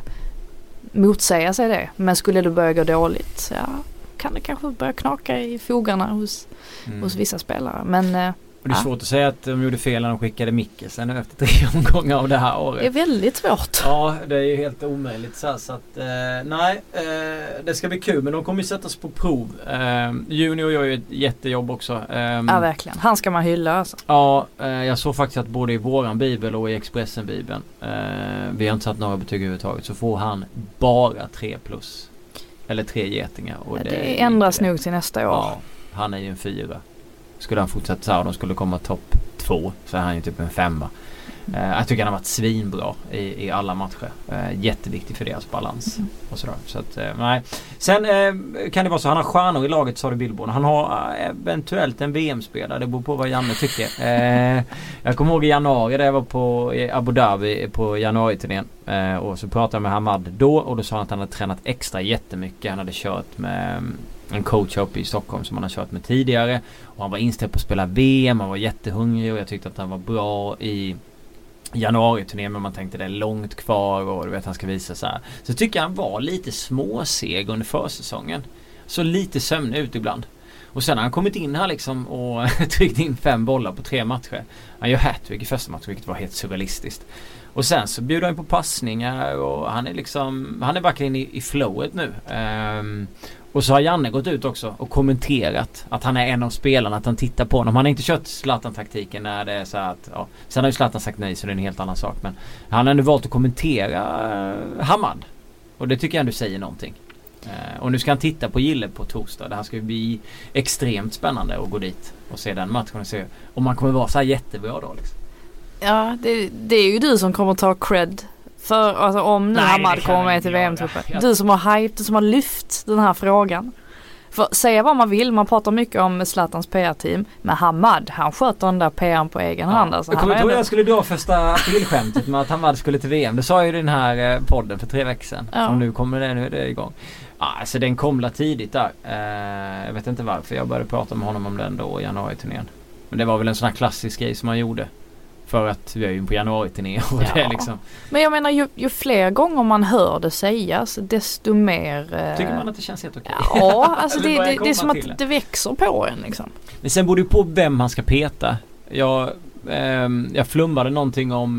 motsäga sig det. Men skulle det börja gå dåligt, ja, kan det kanske börja knaka i fogarna hos, Mm. hos vissa spelare. Men eh, Och det är ja. svårt att säga att de gjorde fel när de skickade Mikkelsen efter tre omgångar av det här året. det är väldigt svårt. Ja, det är ju helt omöjligt så, här, så att eh, nej, eh, det ska bli kul, men de kommer ju sättas på prov. Eh, Junior gör ju ett jättejobb också. Eh, Ja verkligen, han ska man hylla alltså. Ja, eh, jag såg faktiskt att både i våran bibel och i Expressen-bibeln, eh, vi har inte satt några betyg överhuvudtaget, så får han bara tre plus. Eller tre getingar. Och Det, det, det är ändras inte det. nog till nästa år. Ja, han är ju en fyra. Skulle han fortsätta så här och de skulle komma topp två, så är han ju typ en femma. Uh, jag tycker han har varit svinbra i, i alla matcher. Uh, jätteviktig för deras balans. Mm. Och sådär. Så att, uh, nej. Sen uh, kan det vara så, han har stjärnor i laget, sa du Billborn. Han har uh, eventuellt en V M-spelare. Det beror på vad Janne tycker. Uh, jag kommer ihåg i januari, där jag var på i Abu Dhabi på januari-turnén. Uh, och så pratade jag med Hamad då, och då sa han att han hade tränat extra jättemycket. Han hade kört med um, en coach uppe i Stockholm som han har kört med tidigare. Och han var inställd på att spela V M. Han var jättehungrig och jag tyckte att han var bra i januari-turnén, men man tänkte det är långt kvar och du vet han ska visa så här. Så tycker jag han var lite småseg under försäsongen. Så lite sömn ut ibland. Och sen har han kommit in här liksom och tryckt in fem bollar på tre matcher. Han gör hattrick i första matchen, vilket var helt surrealistiskt. Och sen så bjuder han på passningar och han är liksom, han är verkligen i, i flowet nu. Um, och så har Janne gått ut också och kommenterat att han är en av spelarna, att han tittar på honom. Han har inte kört Zlatan-taktiken när det är så att, ja. Sen har ju Zlatan sagt nej, så det är en helt annan sak. Men han har nu valt att kommentera uh, Hamad. Och det tycker jag ändå säger någonting. Uh, och nu ska han titta på Gille på torsdag. Det här ska bli extremt spännande att gå dit och se den matchen och se om man kommer vara så här jättebra då liksom. Ja, det, det är ju du som kommer ta cred för, alltså om nu Hamad kommer med till V M-truppen. Jag... Du som har hype, du som har lyft den här frågan. För säga vad man vill, man pratar mycket om Zlatans P R-team, men Hamad, han sköter den där P R:n på egen ja. hand. Alltså, jag kommer inte ihåg att jag skulle dra första aprilskämtet med att Hamad skulle till V M. Det sa ju den här podden för tre veckor sedan. Ja. Och nu kommer det, nu är det igång. Ja, alltså den kom tidigt där. Eh, jag vet inte varför jag började prata med honom om den då i januari-turnén. Men det var väl en sån här klassisk grej som han gjorde. För att vi är ju på januari-turné och ja. det är liksom... Men jag menar, ju, ju fler gånger man hör det sägas, desto mer... Eh... Tycker man att det känns helt okej? Ja, alltså det, det, det är som att det. det växer på en liksom. Men sen borde ju på vem man ska peta. Jag, eh, jag flummade någonting om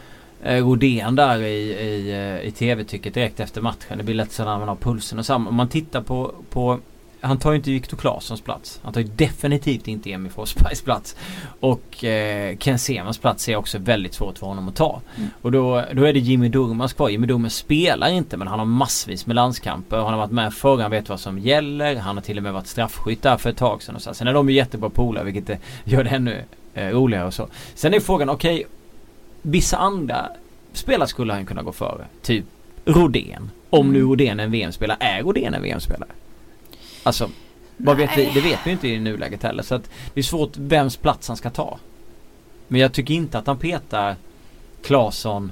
eh, Rodén där i, i, i tv-tycket direkt efter matchen. Det blir lätt så när man har pulsen och samma. Om man tittar på... på han tar ju inte Viktor Claessons plats. Han tar ju definitivt inte Emil Forsbergs plats. Och eh, Ken Semans plats är också väldigt svårt för honom att ta. Mm. Och då, då är det Jimmy Durmaz kvar. Jimmy Durmaz spelar inte, men han har massvis med landskamper. Han har varit med förr, han vet vad som gäller. Han har till och med varit straffskytt där för ett tag sedan. Och så. Sen är de ju jättebra polare, vilket det gör det ännu eh, roligare och så. Sen är frågan, okej, okay, vissa andra spelare skulle han kunna gå före. Typ Rodén. Om mm. nu Rodén är en V M-spelare. Är Rodén en V M-spelare? Alltså, vad vet vi? Det vet vi inte i nuläget heller. Så att det är svårt vems plats han ska ta. Men jag tycker inte att han petar Claesson,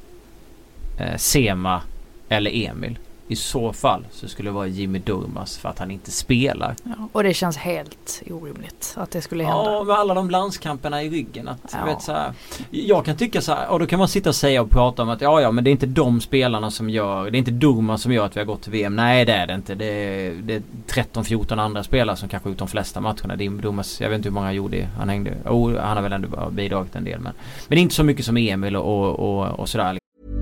eh, Sema eller Emil. I så fall så skulle det vara Jimmy Durmaz för att han inte spelar. Ja, och det känns helt orimligt att det skulle hända. Ja, med alla de landskamperna i ryggen. Att, ja. vet, så här, jag kan tycka så här, och då kan man sitta och säga och prata om att ja, ja, men det är inte de spelarna som gör, det är inte Durmaz som gör att vi har gått till V M. Nej, det är det inte. Det är, det är tretton fjorton andra spelare som kanske ut de flesta matcherna. Det är Durmaz, jag vet inte hur många han gjorde. Han hängde, oh, han har väl ändå bidragit en del. Men, men det är inte så mycket som Emil och, och, och, och sådär.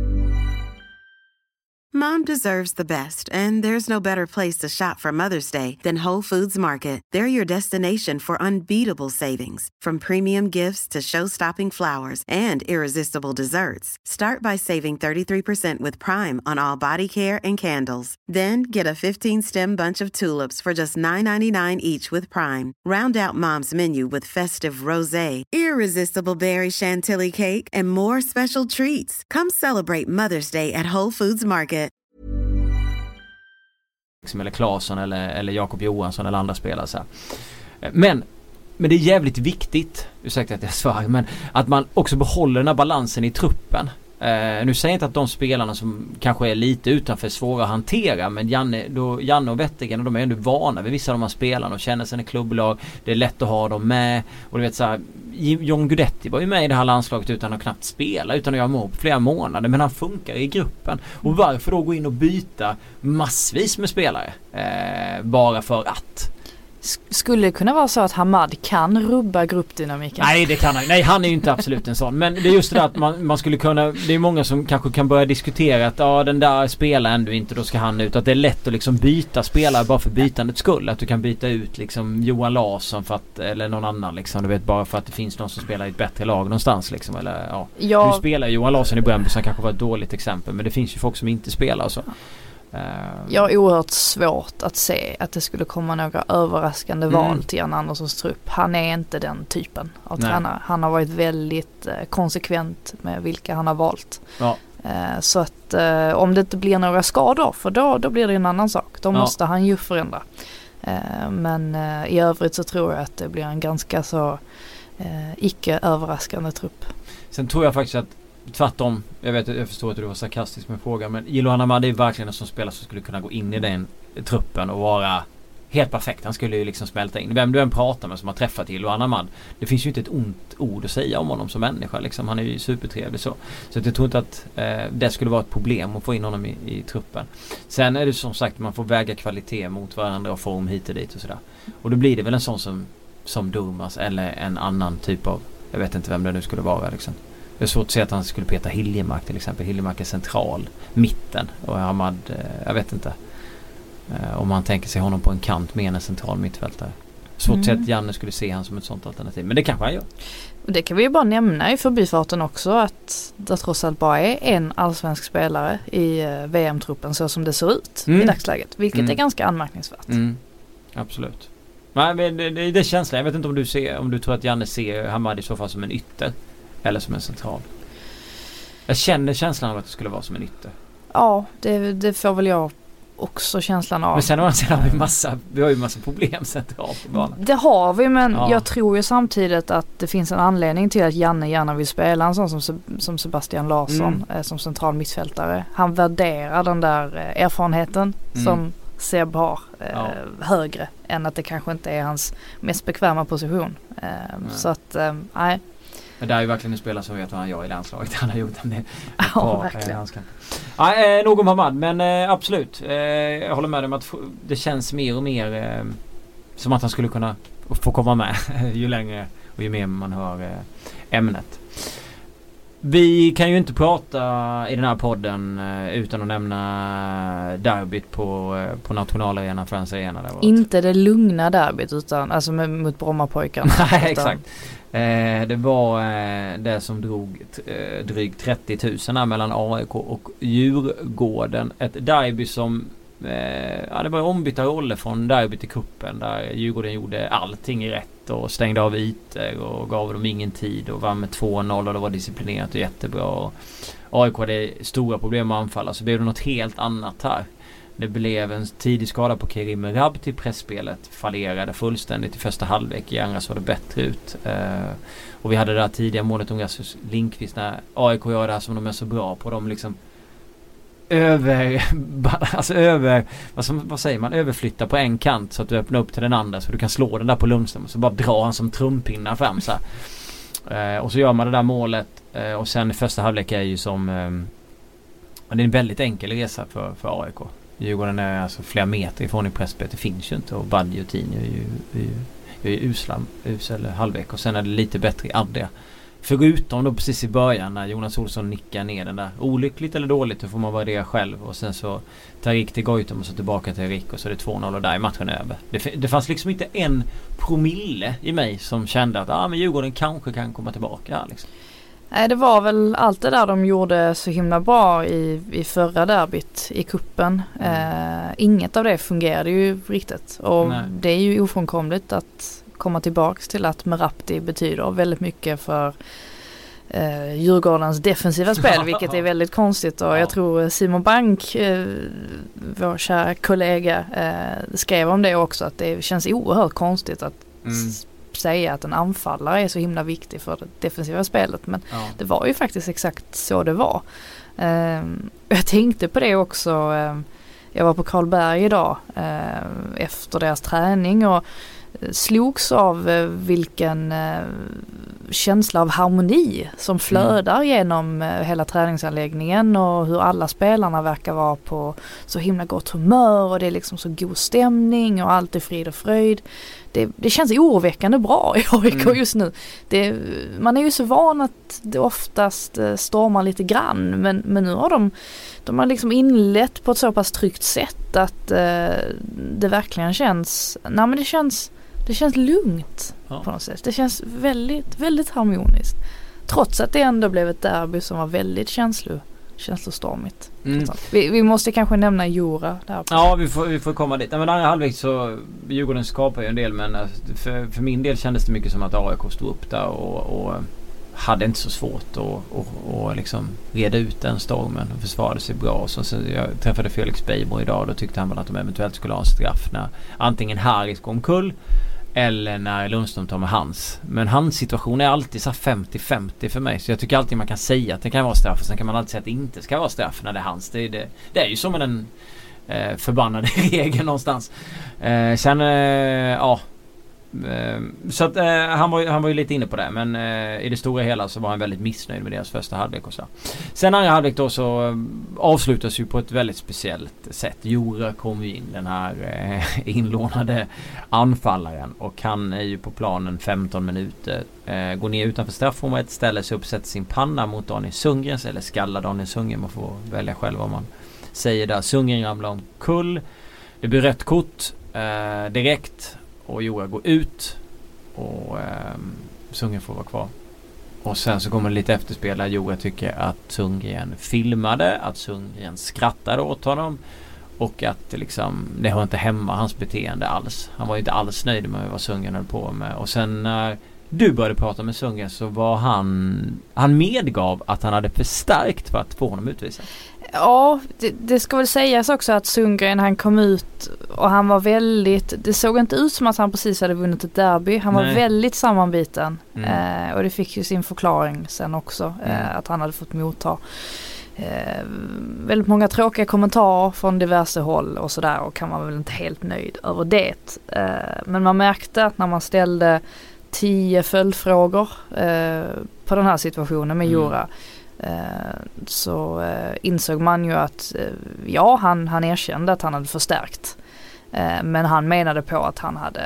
Mom deserves the best, and there's no better place to shop for Mother's Day than Whole Foods Market. They're your destination for unbeatable savings, from premium gifts to show-stopping flowers and irresistible desserts. Start by saving thirty-three percent with Prime on all body care and candles. Then get a fifteen-stem bunch of tulips for just nine ninety-nine each with Prime. Round out Mom's menu with festive rosé, irresistible berry chantilly cake, and more special treats. Come celebrate Mother's Day at Whole Foods Market. Eller Claesson eller, eller Jakob Johansson eller andra spelare så här. Men, men det är jävligt viktigt, ursäkta att jag svarar, men att man också behåller den här balansen i truppen. Eh, nu säger jag inte att de spelarna som kanske är lite utanför är svåra att hantera, men Janne, då, Janne och Wettergren, de är ändå vana vid vissa av de här spelarna och känner sina klubblag. Det är lätt att ha dem med. Och du vet så här, John Guidetti var ju med i det här landslaget utan att knappt spela, utan att göra mål på flera månader, men han funkar i gruppen. Och varför då gå in och byta massvis med spelare? Eh, bara för att... Skulle det kunna vara så att Hamad kan rubba gruppdynamiken? Nej, det kan han. Nej, han är ju inte absolut en sån. Men det är just det att man, man skulle kunna... Det är många som kanske kan börja diskutera att ja, den där spelar ändå inte, då ska han ut. Att det är lätt att liksom byta spelare bara för bytandets skull. Att du kan byta ut liksom Johan Larsson för att, eller någon annan liksom, du vet, bara för att det finns någon som spelar i ett bättre lag någonstans liksom. Eller, ja. Ja. Nu spelar Johan Larsson i Bröndby, som kanske var ett dåligt exempel. Men det finns ju folk som inte spelar och så. Jag har oerhört svårt att se att det skulle komma några överraskande mm. val till Jan Anderssons trupp. Han är inte den typen av Nej. tränare. Han har varit väldigt eh, konsekvent med vilka han har valt. Ja. Eh, så att eh, om det inte blir några skador, för då, då blir det en annan sak. Då Ja. måste han ju förändra. Eh, men eh, i övrigt så tror jag att det blir en ganska så eh, icke överraskande trupp. Sen tror jag faktiskt att tvärtom, jag vet, jag förstår att du var sarkastisk med frågan, men Jiloan Hamad är verkligen en som spelare som skulle kunna gå in i den truppen och vara helt perfekt. Han skulle ju liksom smälta in. Vem du än pratar med som har träffat Jiloan Hamad, det finns ju inte ett ont ord att säga om honom som människa liksom. Han är ju supertrevlig så. Så jag tror inte att eh, det skulle vara ett problem att få in honom i, i truppen. Sen är det som sagt, man får väga kvalitet mot varandra och form hit och dit och sådär. Och då blir det väl en sån som, som Durmaz eller en annan typ av, jag vet inte vem det nu skulle vara liksom. Det är svårt att se att han skulle peta Hiljemark till exempel. Hiljemark är central, mitten. Och Hamad, jag vet inte. Om man tänker sig honom på en kant med en central mittfältare. Svårt att mm. se att Janne skulle se han som ett sånt alternativ. Men det kanske han gör. Det kan vi ju bara nämna i förbifarten också, att det trots allt bara är en allsvensk spelare i V M-truppen så som det ser ut mm. i dagsläget. Vilket mm. är ganska anmärkningsvärt. Mm. Absolut. Nej, men det, det, det är känslan. Jag vet inte om du, ser, om du tror att Janne ser Hamad i så fall som en ytter. Eller som en central. Jag känner känslan av att det skulle vara som en ytter. Ja, det, det får väl jag också känslan av. Men sen har vi massa, vi har ju massa problem centralt i banan. Det har vi, men ja. jag tror ju samtidigt att det finns en anledning till att Janne gärna vill spela en sån som, som Sebastian Larsson mm. som central mittfältare. Han värderar den där erfarenheten mm. som Seb har eh, ja. högre än att det kanske inte är hans mest bekväma position. Eh, så att, eh, nej. Men det är ju verkligen en spelare som vet vad han gör i landslaget. Han har gjort det med ja, verkligen. Nej, eh, nog om Hamad, men eh, absolut. Eh, jag håller med om att f- det känns mer och mer eh, som att han skulle kunna få komma med ju längre och ju mer man hör eh, ämnet. Vi kan ju inte prata i den här podden eh, utan att nämna derbyt på, eh, på nationalarenan, Friends Arena. Där inte det lugna derbyt utan alltså med, mot Brommapojkarna. Nej, exakt. Eh, det var eh, det som drog t- eh, drygt trettio tusen här mellan A I K och Djurgården. Ett derby som eh, ja, det var ombytta roller från derbyt i kuppen där Djurgården gjorde allting rätt och stängde av ytor och gav dem ingen tid och vann med två noll och det var disciplinerat och jättebra. Och A I K hade stora problem med anfall, så blev det något helt annat här. Det blev en tidig skada på Kerim Rabb till pressspelet. Fallerade fullständigt i första halvlek. I andra såg det bättre ut. Uh, och vi hade det där tidiga målet om Rasmus Lindqvist när A I K gör det här som de är så bra på. De liksom över, alltså över, vad, som, vad säger man, överflytta på en kant så att du öppnar upp till den andra så du kan slå den där på Lundström. Så bara dra han som trumpinnar fram så här. Uh, och så gör man det där målet. Uh, och sen i första halvlek är ju som um, det är en väldigt enkel resa för, för A I K. Djurgården är alltså flera meter ifrån i pressspelet. Det finns ju inte. Och Badji och Tini är ju, är ju, är ju usla, usel halvlek. Och sen är det lite bättre i Adria. Förutom då precis i början när Jonas Olsson nickar ner den där. Olyckligt eller dåligt, då får man värdera själv. Och sen så tar Rick till Goitom och så tillbaka till Rick. Och så är det två noll och där är matchen över. Det, det fanns liksom inte en promille i mig som kände att ah, men Djurgården kanske kan komma tillbaka. Liksom. Nej, det var väl allt det där de gjorde så himla bra i, i förra derbyt i kuppen. Mm. Eh, inget av det fungerade ju riktigt. Och Nej. Det är ju ofrånkomligt att komma tillbaks till att Merabti betyder väldigt mycket för eh, Djurgårdens defensiva spel, vilket är väldigt konstigt. Och ja. Jag tror Simon Bank, eh, vår kära kollega, eh, skrev om det också, att det känns oerhört konstigt att mm. säga att en anfallare är så himla viktig för det defensiva spelet. Men ja. det var ju faktiskt exakt så det var. Uh, jag tänkte på det också. Uh, jag var på Karlberg idag uh, efter deras träning och slogs av uh, vilken uh, känsla av harmoni som flödar mm. genom uh, hela träningsanläggningen och hur alla spelarna verkar vara på så himla gott humör och det är liksom så god stämning och allt är frid och fröjd. Det, det känns oroväckande bra i A I K mm. just nu. Det, man är ju så van att det oftast uh, stormar lite grann men, men nu har de, de har liksom inlett på ett så pass tryggt sätt att uh, det verkligen känns, nej men det känns Det känns lugnt ja. på något sätt. Det känns väldigt, väldigt harmoniskt. Trots att det ändå blev ett derby som var väldigt känslo, känslostormigt. Mm. Vi, vi måste kanske nämna Jura där. Ja, vi får, vi får komma dit. Men andra halvlek så Djurgården skapar ju en del men för, för min del kändes det mycket som att A I K stod upp där och, och hade inte så svårt att och, och liksom reda ut den stormen och försvarade sig bra. Så, så jag träffade Felix Beijmo idag och då tyckte han väl att de eventuellt skulle ha en straff när antingen Harris går omkull eller när Lundström tar med hans. Men hans situation är alltid så femtio femtio för mig. Så jag tycker alltid man kan säga att det kan vara straff och sen kan man alltid säga att det inte ska vara straff när det är hans. Det är, det, det är ju som en eh, förbannade regel någonstans. Eh, sen, eh, ja så att, eh, han, var, han var ju lite inne på det men eh, i det stora hela så var han väldigt missnöjd med deras första halvlek och så. Sen andra halvlek då så eh, avslutas ju på ett väldigt speciellt sätt. Jura kom ju in, den här eh, inlånade anfallaren och han är ju på planen femton minuter, eh, går ner utanför straffområdet, ställer sig upp, sätter sin panna mot Daniel Sundgrens eller skallar Daniel Sundgren, man får välja själv vad man säger där. Sundgren ramlar omkull, det blir rött kort eh, direkt och Jura går ut och eh, Sundgren får vara kvar. Och sen så kommer det lite efterspel där Jura tycker att Sundgren filmade, att Sundgren skrattade åt honom och att det liksom, det har inte hemma hans beteende alls. Han var inte alls nöjd med vad Sundgren höll på med. Och sen när du började prata med Sundgren så var han, han medgav att han hade förstärkt för att få honom utvisad. Ja, det, det ska väl sägas också att Sundgren, han kom ut och han var väldigt, det såg inte ut som att han precis hade vunnit ett derby. Han Nej. var väldigt sammanbiten mm. eh, och det fick ju sin förklaring sen också eh, mm. att han hade fått motta eh, väldigt många tråkiga kommentarer från diverse håll och sådär och kan man väl inte helt nöjd över det. Eh, men man märkte att när man ställde tio följdfrågor eh, på den här situationen med Jura mm. så eh, insåg man ju att eh, ja, han, han erkände att han hade förstärkt. Eh, men han menade på att han hade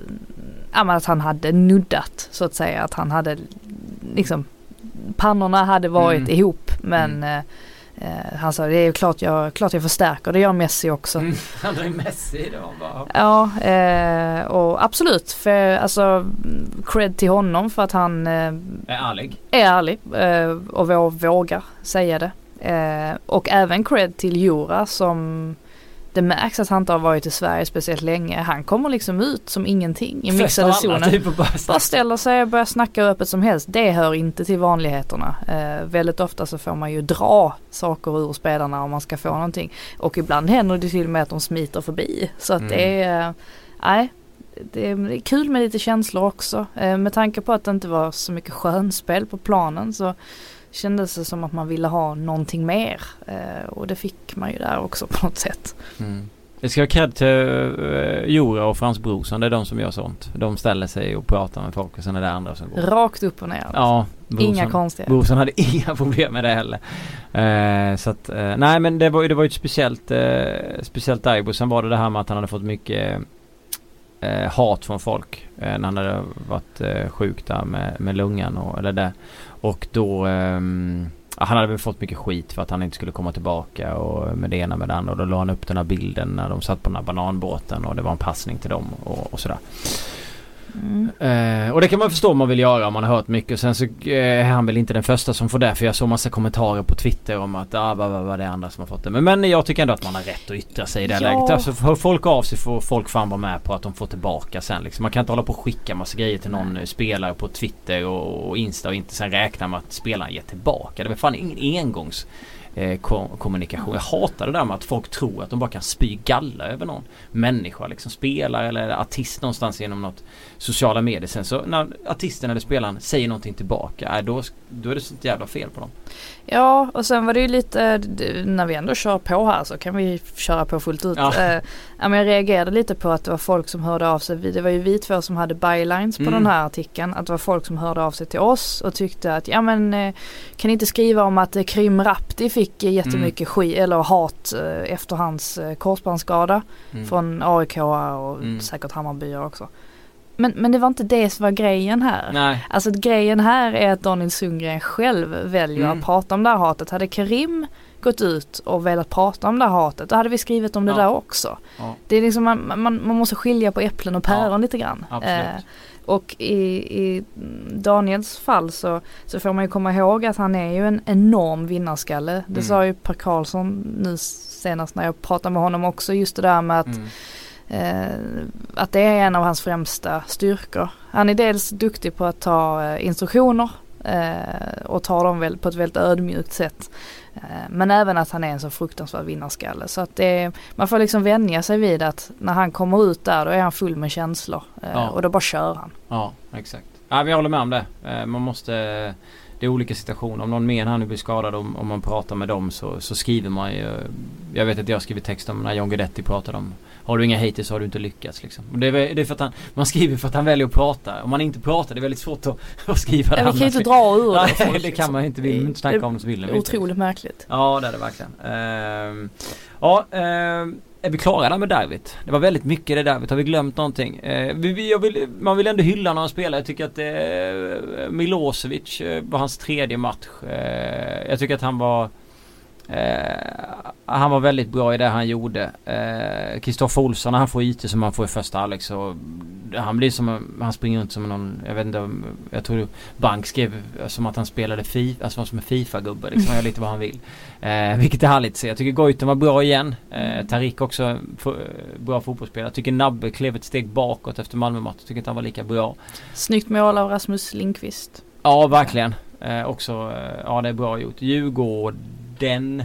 ja, men att han hade nuddat så att säga, att han hade liksom pannorna hade varit mm. ihop men mm. eh, han sa det är klart jag, klart jag förstärker, det gör Messi också. Mm. Han är Messi då bara. Ja, eh, och absolut för alltså cred till honom för att han eh, är ärlig. Är ärlig eh, och vågar säga det. Eh, och även cred till Jura som det märks att han inte har varit i Sverige speciellt länge. Han kommer liksom ut som ingenting i mixade zonen. Typ bara, bara ställer sig och börjar snacka öppet som helst. Det hör inte till vanligheterna. Eh, väldigt ofta så får man ju dra saker ur spelarna om man ska få någonting. Och ibland händer det till och med att de smiter förbi. Så att mm. det är... Nej, det är kul med lite känslor också. Eh, med tanke på att det inte var så mycket skönspel på planen så kändes det som att man ville ha någonting mer. Eh, och det fick man ju där också på något sätt. Mm. Det ska vara cred till uh, Jura och Frans Brorsson. Det är de som gör sånt. De ställer sig och pratar med folk och sen är det andra som går. Rakt upp och ner. Alltså. Ja, Brorsson, inga konstiga. Brorsson hade inga problem med det heller. Uh, så att, uh, nej men det var ju det var ett speciellt uh, speciellt derby. Sen var det det här med att han hade fått mycket uh, hat från folk uh, när han hade varit uh, sjuk där med, med lungan och, eller det. Och då um, han hade väl fått mycket skit för att han inte skulle komma tillbaka och med det ena med det andra och då la han upp den här bilden när de satt på den här bananbåten och det var en passning till dem och, och sådär. Mm. Eh, och det kan man förstå om man vill göra om man har hört mycket. Sen så eh, är han väl inte den första som får det, för jag såg massa kommentarer på Twitter om att ah, vad, vad, vad det är andra som har fått det. Men, men jag tycker ändå att man har rätt att yttra sig i det ja. läget. Alltså hör folk av sig får folk fan vara med på att de får tillbaka sen. Liksom. Man kan inte hålla på och skicka massa grejer till någon Nej. spelare på Twitter och, och Insta och inte sen räkna med att spelaren ger tillbaka. Det är väl fan ingen engångs eh, ko- kommunikation. Jag hatar det där med att folk tror att de bara kan spy galla över någon människa, liksom spelare eller artist någonstans genom något sociala medier. Sen så när artisten eller spelaren säger någonting tillbaka, då, då är det sånt jävla fel på dem. Ja, och sen var det ju lite, när vi ändå kör på här så kan vi köra på fullt ut. Ja. Eh, men jag reagerade lite på att det var folk som hörde av sig. Det var ju vi två som hade bylines på mm. den här artikeln. Att det var folk som hörde av sig till oss och tyckte att ja men eh, kan inte skriva om att eh, Krim Rapti fick eh, jättemycket mm. skit eller hat eh, efter hans eh, korsbandsskada mm. från A I K och mm. säkert Hammarbyar också. Men, men det var inte det som var grejen här. Nej. Alltså grejen här är att Daniel Sundgren själv väljer mm. att prata om det här hatet. Hade Karim gått ut och velat prata om det här hatet, då hade vi skrivit om det ja. där också. Ja. Det är liksom, man, man, man måste skilja på äpplen och päron ja. lite grann. Absolut. Eh, och i, i Daniels fall så, så får man ju komma ihåg att han är ju en enorm vinnarskalle. Det mm. sa ju Per Karlsson nu senast när jag pratade med honom också, just det där med att mm. Eh, att det är en av hans främsta styrkor. Han är dels duktig på att ta eh, instruktioner eh, och ta dem väl på ett väldigt ödmjukt sätt. Eh, men även att han är en så fruktansvärd vinnarskalle. Så att det, man får liksom vänja sig vid att när han kommer ut där, då är han full med känslor. Eh, ja. Och då bara kör han. Ja, exakt. Ja, vi håller med om det. Eh, man måste... Det är olika situationer. Om någon mer än han nu blir skadad, om, om man pratar med dem så, så skriver man ju... Jag vet att jag skriver text om när John Guidetti pratade om har du inga haters så har du inte lyckats liksom. Och det är, det är för att han, man skriver för att han väljer att prata. Om man inte pratar, det är väldigt svårt att, att skriva det. Ja, vi kan ju inte dra ur det. Nej, folk, det kan man inte, vill inte snacka om det så vill det. Otroligt märkligt. Ja, det är det verkligen. Uh, ja, uh, är vi klara där med David? Det var väldigt mycket det David. Har vi glömt någonting? Uh, vi, jag vill, man vill ändå hylla några spelare. Jag tycker att uh, Milosevic uh, var hans tredje match. Uh, jag tycker att han var Uh, han var väldigt bra i det han gjorde. Kristoffer uh, Olsson, när han får ytor som han får i första halvlek, så han blir som han springer runt som någon, jag vet inte, jag tror Bank skrev som att han spelade FIFA, alltså som en FIFA-gubbe liksom, jag lite vad han vill. Uh, vilket är härligt att se. Jag tycker Goiten var bra igen. Uh, Tarik också för, uh, bra fotbollsspelare. Jag tycker Nabbe klev ett steg bakåt efter Malmö-match. Jag tycker inte han var lika bra. Snyggt mål av Rasmus Lindqvist. Ja, verkligen. Uh, också, uh, ja det är bra gjort. Djurgården Den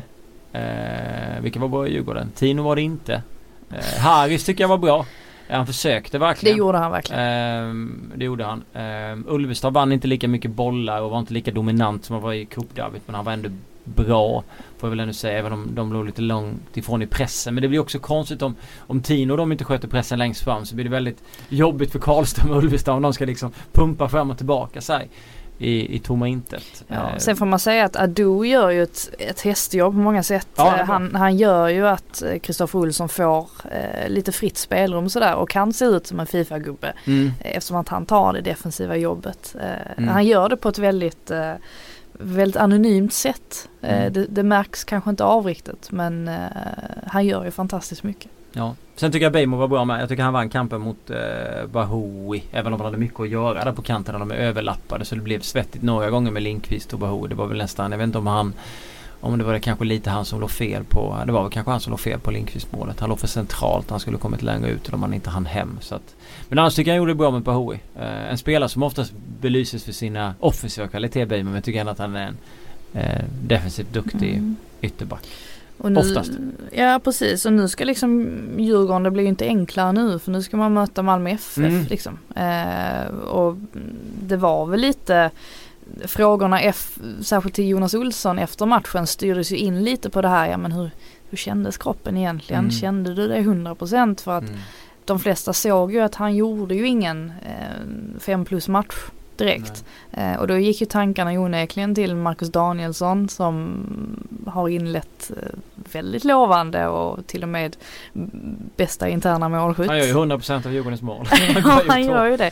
eh, vilka var bra i Djurgården? Tino var det inte. eh, Harris tycker jag var bra. Han försökte verkligen. Det gjorde han verkligen. eh, Det gjorde han. eh, Ulvestad vann inte lika mycket bollar och var inte lika dominant som han var i Cup-derbyt, men han var ändå bra, får jag väl ändå säga, även om de låg lite långt ifrån i pressen. Men det blir också konstigt om, om Tino och de inte sköter pressen längst fram, så blir det väldigt jobbigt för Karlström och Ulvestad om de ska liksom pumpa fram och tillbaka sig i, i tomma intet. Ja, sen får man säga att Adu gör ju ett, ett hästjobb på många sätt. Ja, han, han gör ju att Kristoffer Olsson får eh, lite fritt spelrum sådär och kan se ut som en FIFA-gubbe mm. eftersom att han tar det defensiva jobbet. Eh, mm. Han gör det på ett väldigt, eh, väldigt anonymt sätt. Eh, mm. det, det märks kanske inte avriktigt, men eh, han gör ju fantastiskt mycket. Ja. Sen tycker jag Bejmo var bra med. Jag tycker han vann kampen mot eh, Bahoui. Även om han hade mycket att göra där på kanterna. De är överlappade, så det blev svettigt några gånger med Lindqvist och Bahoui. Det var väl nästan, jag vet inte om han, om det var det kanske lite han som låg fel på. Det var väl kanske han som låg fel på Lindqvist-målet. Han låg för centralt. Han skulle kommit längre ut och man inte hann hem. Så att, men annars tycker jag han gjorde det bra med Bahoui. Eh, en spelare som oftast belyses för sina offensiva kvaliteter, Bejmo. Men jag tycker ändå att han är en eh, defensivt duktig mm. ytterback. Och nu, oftast. Ja, precis. Och nu ska liksom Djurgården, det blir ju inte enklare nu, för nu ska man möta Malmö F F mm. liksom. Eh, och det var väl lite frågorna F, särskilt till Jonas Olsson efter matchen, styrdes ju in lite på det här. Ja, men hur, hur kändes kroppen egentligen? Mm. Kände du det hundra procent? För att mm. de flesta såg ju att han gjorde ju ingen eh, fem plus match direkt. Eh, och då gick ju tankarna onekligen till Marcus Danielsson, som har inlett eh, väldigt lovande och till och med bästa interna målskytt. Han gör ju hundra procent av Djurgårdens mål. Ja, han gör ju det.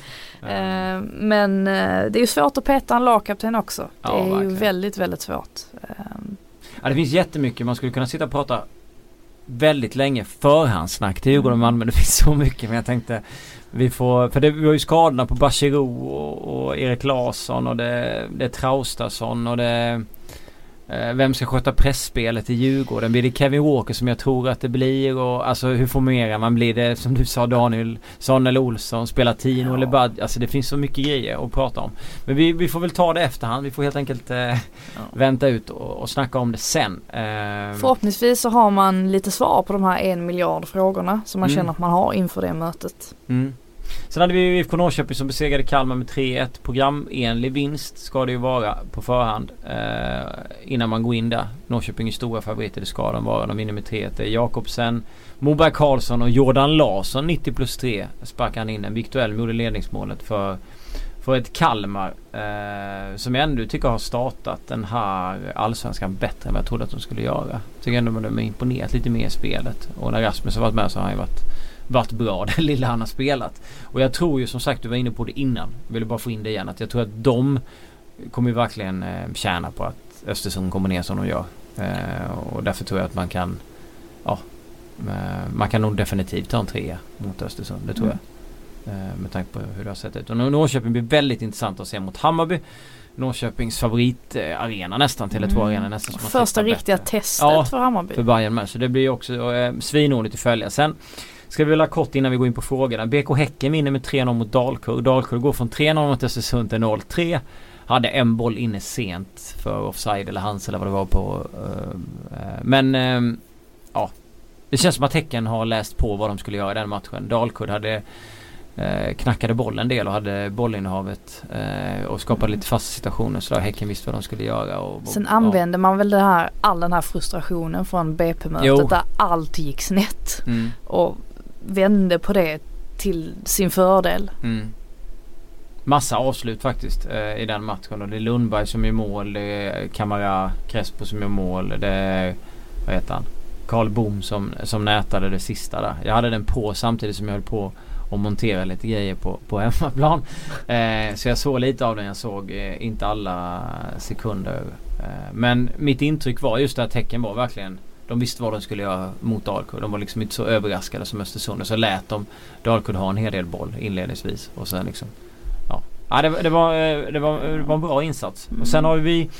Eh, men eh, det är ju svårt att peta en lagkapten också. Det ja, är verkligen. ju väldigt, väldigt svårt. Eh. Ja, det finns jättemycket. Man skulle kunna sitta och prata väldigt länge förhandssnack till Djurgården och Malmö. Det finns så mycket, men jag tänkte vi får, för det, vi har ju skadorna på Bachirou och, och Erik Larsson och det, det är Traustason och det Vem ska sköta pressspelet i Djurgården? Blir det Kevin Walker som jag tror att det blir? Och, alltså hur formerar man? Blir det som du sa, Danielsson eller Olsson? Spelar Tino ja. eller Bad? Alltså det finns så mycket grejer att prata om. Men vi, vi får väl ta det efterhand. Vi får helt enkelt eh, ja. vänta ut och, och snacka om det sen. Eh, Förhoppningsvis så har man lite svar på de här en miljard frågorna som man mm. känner att man har inför det mötet. Mm. Sen hade vi I F K Norrköping som besegrade Kalmar med tre ett. Programenlig vinst ska det ju vara på förhand eh, innan man går in där. Norrköping är stora favoriter, det ska de vara. De vinner med tre ett. Det är Jakobsen, Moberg Karlsson och Jordan Larsson nittio plus tre sparkar han in en viktuell gjorde ledningsmålet för, för ett Kalmar eh, som jag ändå tycker har startat den här allsvenskan bättre än vad jag trodde att de skulle göra. Tycker ändå att de har imponerat lite mer i spelet. Och när Rasmus har varit med så har han ju varit varit bra, det lilla han har spelat. Och jag tror ju som sagt, du var inne på det innan, jag ville bara få in det igen, att jag tror att de kommer ju verkligen eh, tjäna på att Östersund kommer ner som de gör. Eh, och därför tror jag att man kan ja, eh, man kan nog definitivt ta en trea mot Östersund, det tror mm. jag. Eh, med tanke på hur det har sett ut. Och Norrköping blir väldigt intressant att se mot Hammarby. Norrköpings favoritarena nästan till ett två arena nästan. Som första riktiga bättre. testet ja, för Hammarby. För Bayern med. Så det blir ju också eh, svinåligt att följa. Sen ska vi väl ha kort innan vi går in på frågorna. B K Häcken vinner med tre noll mot Dalkurd. Dalkurd går från tre noll mot Östersund till noll tre. Hade en boll inne sent för offside eller hans eller vad det var på. Men ja, det känns som att Häcken har läst på vad de skulle göra i den matchen. Dalkurd hade knackade bollen en del och hade bollinnehavet och skapade lite fasta situationer, så där Häcken visste vad de skulle göra. Och, Sen använde ja. man väl det här, all den här frustrationen från B P-mötet där allt gick snett mm. och vände på det till sin fördel. Mm. Massa avslut faktiskt eh, i den matchen, och det är Lundberg som gör mål, det är Camara Crespo som gör mål, det är, vad heter han? Karl Boom som, som nätade det sista där. Jag hade den på samtidigt som jag höll på och montera lite grejer på, på hemmaplan. Eh, så jag såg lite av den. Jag såg eh, inte alla sekunder. Eh, men mitt intryck var just att Häcken var verkligen, de visste vad de skulle göra mot Dalkurd. De var liksom inte så överraskade som Östersund. Så lät de Dalkurd ha en hel del boll inledningsvis. Och sen liksom, ja. ja det, det, var, det, var, det var en bra insats. Och sen har vi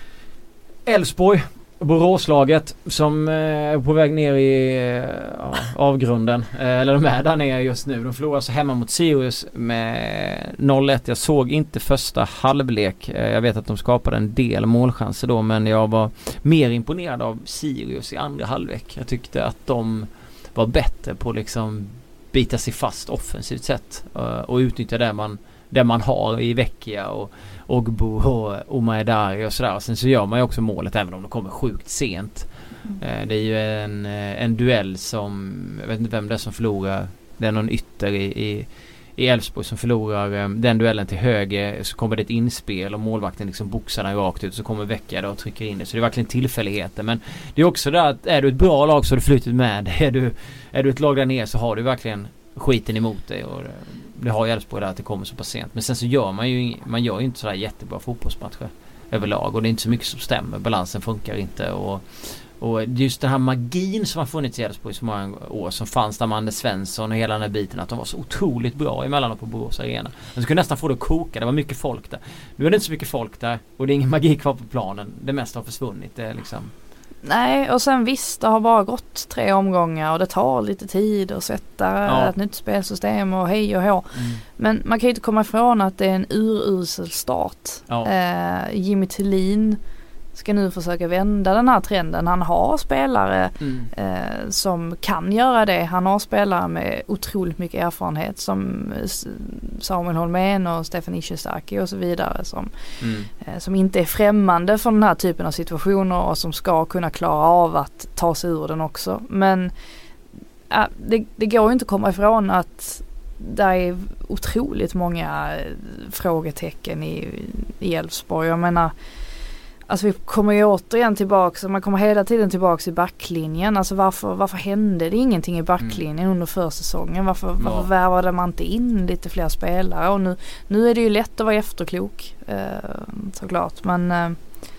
Elfsborg, Boråslaget som är på väg ner i ja, avgrunden. Eller de är där nere just nu. De förlorar så hemma mot Sirius med noll ett. Jag såg inte första halvlek. Jag vet att de skapade en del målchanser då, men jag var mer imponerad av Sirius i andra halvlek. Jag tyckte att de var bättre på liksom bita sig fast offensivt sett och utnyttja det man, det man har i Vecchia och Ogbo och Omaedari och sådär. Sen så gör man ju också målet även om de kommer sjukt sent. Mm. Det är ju en, en duell som, jag vet inte vem det är som förlorar. Det är någon ytter i, i, i Elfsborg som förlorar den duellen till höger. Så kommer det ett inspel och målvakten liksom boxar den rakt ut. Så kommer Vecchia då och trycker in det. Så det är verkligen tillfälligheter. Men det är också det att är du ett bra lag så har du flyttat med. Är du, är du ett lag där nere så har du verkligen skiten emot dig. Och det har ju Elfsborg där att det kommer så pass sent. Men sen så gör man ju man gör ju inte sådär jättebra fotbollsmatcher överlag. Och det är inte så mycket som stämmer. Balansen funkar inte. Och, och just den här magin som har funnits i Elfsborg så många år, som fanns där med Anders Svensson och hela den här biten, att de var så otroligt bra emellanåt på Borås Arena. Man skulle nästan få det att koka. Det var mycket folk där. Nu är det inte så mycket folk där. Och det är ingen magi kvar på planen. Det mesta har försvunnit. Det är liksom... Nej, och sen visst, det har bara gått tre omgångar och det tar lite tid att sätta ja. ett nytt spelsystem och hej och hå. Mm. Men man kan ju inte komma ifrån att det är en urusel start. Ja. Eh, Jimmy Tillin ska nu försöka vända den här trenden. Han har spelare mm. eh, som kan göra det. Han har spelare med otroligt mycket erfarenhet som Samuel Holmén och Stefan Ishizaki och så vidare som, mm. eh, som inte är främmande för den här typen av situationer och som ska kunna klara av att ta sig ur den också. Men äh, det, det går ju inte att komma ifrån att det är otroligt många frågetecken i, i Elfsborg. Jag menar, alltså vi kommer ju återigen tillbaka, man kommer hela tiden tillbaka i backlinjen. Alltså varför, varför hände det ingenting i backlinjen mm. under försäsongen? Varför, varför ja. värvade man inte in lite fler spelare? Och nu, nu är det ju lätt att vara efterklok, eh, såklart. Men eh,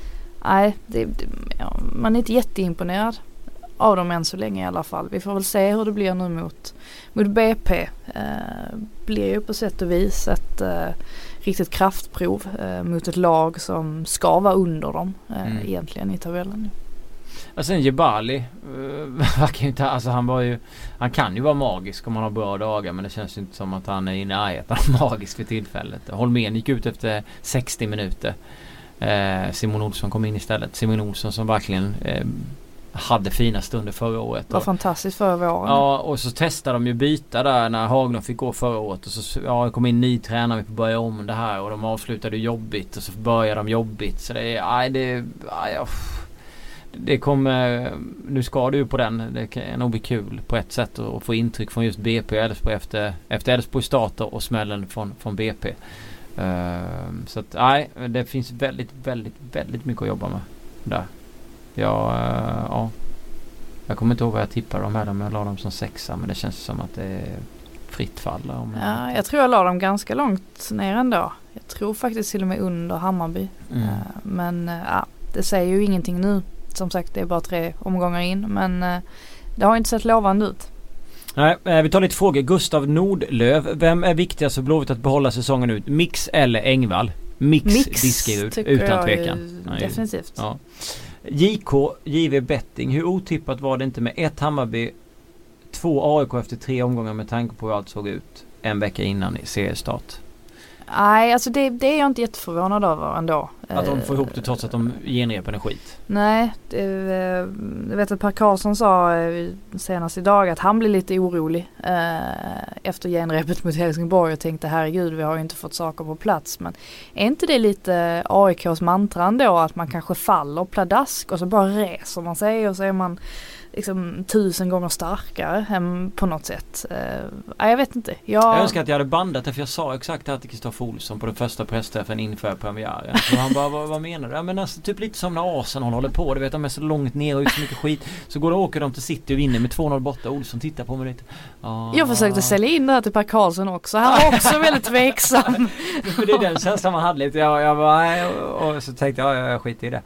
nej, det, det, ja, man är inte jätteimponerad av dem än så länge i alla fall. Vi får väl se hur det blir nu mot, mot B P. Eh, blir ju på sätt och vis ett eh, riktigt kraftprov eh, mot ett lag som ska vara under dem eh, Mm. egentligen i tabellen. Och sen Jebali, uh, alltså han var ju, han kan ju vara magisk om man har bra dagar, men det känns ju inte som att han är i närheten av magisk för tillfället. Holmén gick ut efter sextio minuter. Eh, Simon Olsson kom in istället. Simon Olsson som verkligen eh, hade fina stunder förra året. Det var och, fantastiskt förra våren. Ja, och så testade de ju byta där när Haglund fick gå förra året. Och så ja, det kom in ny tränare, vi får börja om det här. Och de avslutade jobbigt och så började de jobbigt. Så det är, nej det, aj, det kommer, nu ska du på den. Det kan nog bli kul på ett sätt att få intryck från just B P och Elfsborg efter, efter Elfsborg starter och smällen från, från B P. Uh, så att nej, det finns väldigt, väldigt, väldigt mycket att jobba med där. Ja, uh, ja. Jag kommer inte ihåg vad jag tippade dem här, men jag la dem som sexa, men det känns som att det är fritt fall. Om ja, jag tror jag la dem ganska långt ner ändå. Jag tror faktiskt till och med under Hammarby. Mm. Uh, men uh, ja, det säger ju ingenting nu. Som sagt, det är bara tre omgångar in, men uh, det har inte sett lovande ut. Nej, vi tar lite frågor. Gustav Nordlöv. Vem är viktigast för Blåvitt att behålla säsongen ut? Mix eller Engvall? Mix, Mix diskar ut, utan tvekan. Nej, definitivt. Ja. J K, J V Betting. Hur otippat var det inte med ett Hammarby, två A I K efter tre omgångar med tanke på hur allt såg ut en vecka innan i seriestart? Nej, alltså det, det är jag inte jätteförvånad över ändå. Att de får ihop det trots att de genrepar en skit. Nej, det, jag vet att Per Karlsson sa senast idag att han blev lite orolig eh, efter genrepet mot Helsingborg och tänkte herregud, vi har ju inte fått saker på plats. Men är inte det lite A I K:s mantra ändå, att man kanske faller pladask och så bara reser man sig och så är man liksom tusen gånger starkare än på något sätt. Uh, jag vet inte. Jag... jag önskar att jag hade bandat det, för jag sa exakt det här till Kristoffer Olsson på den första pressträffen inför premiären. Och han bara, vad, vad menar du? Ja, men alltså, typ lite som när Arsenal håller på. Du vet, de är så långt ner och ut så mycket skit. Så går de och åker de till City och vinner med två noll borta. Olsson tittar på mig lite. Ah. Jag försökte sälja in det här till Per Karlsson också. Han var också väldigt tveksam. För det är den känslan man hade lite. Jag, jag bara, och så tänkte jag, jag, jag skiter i det.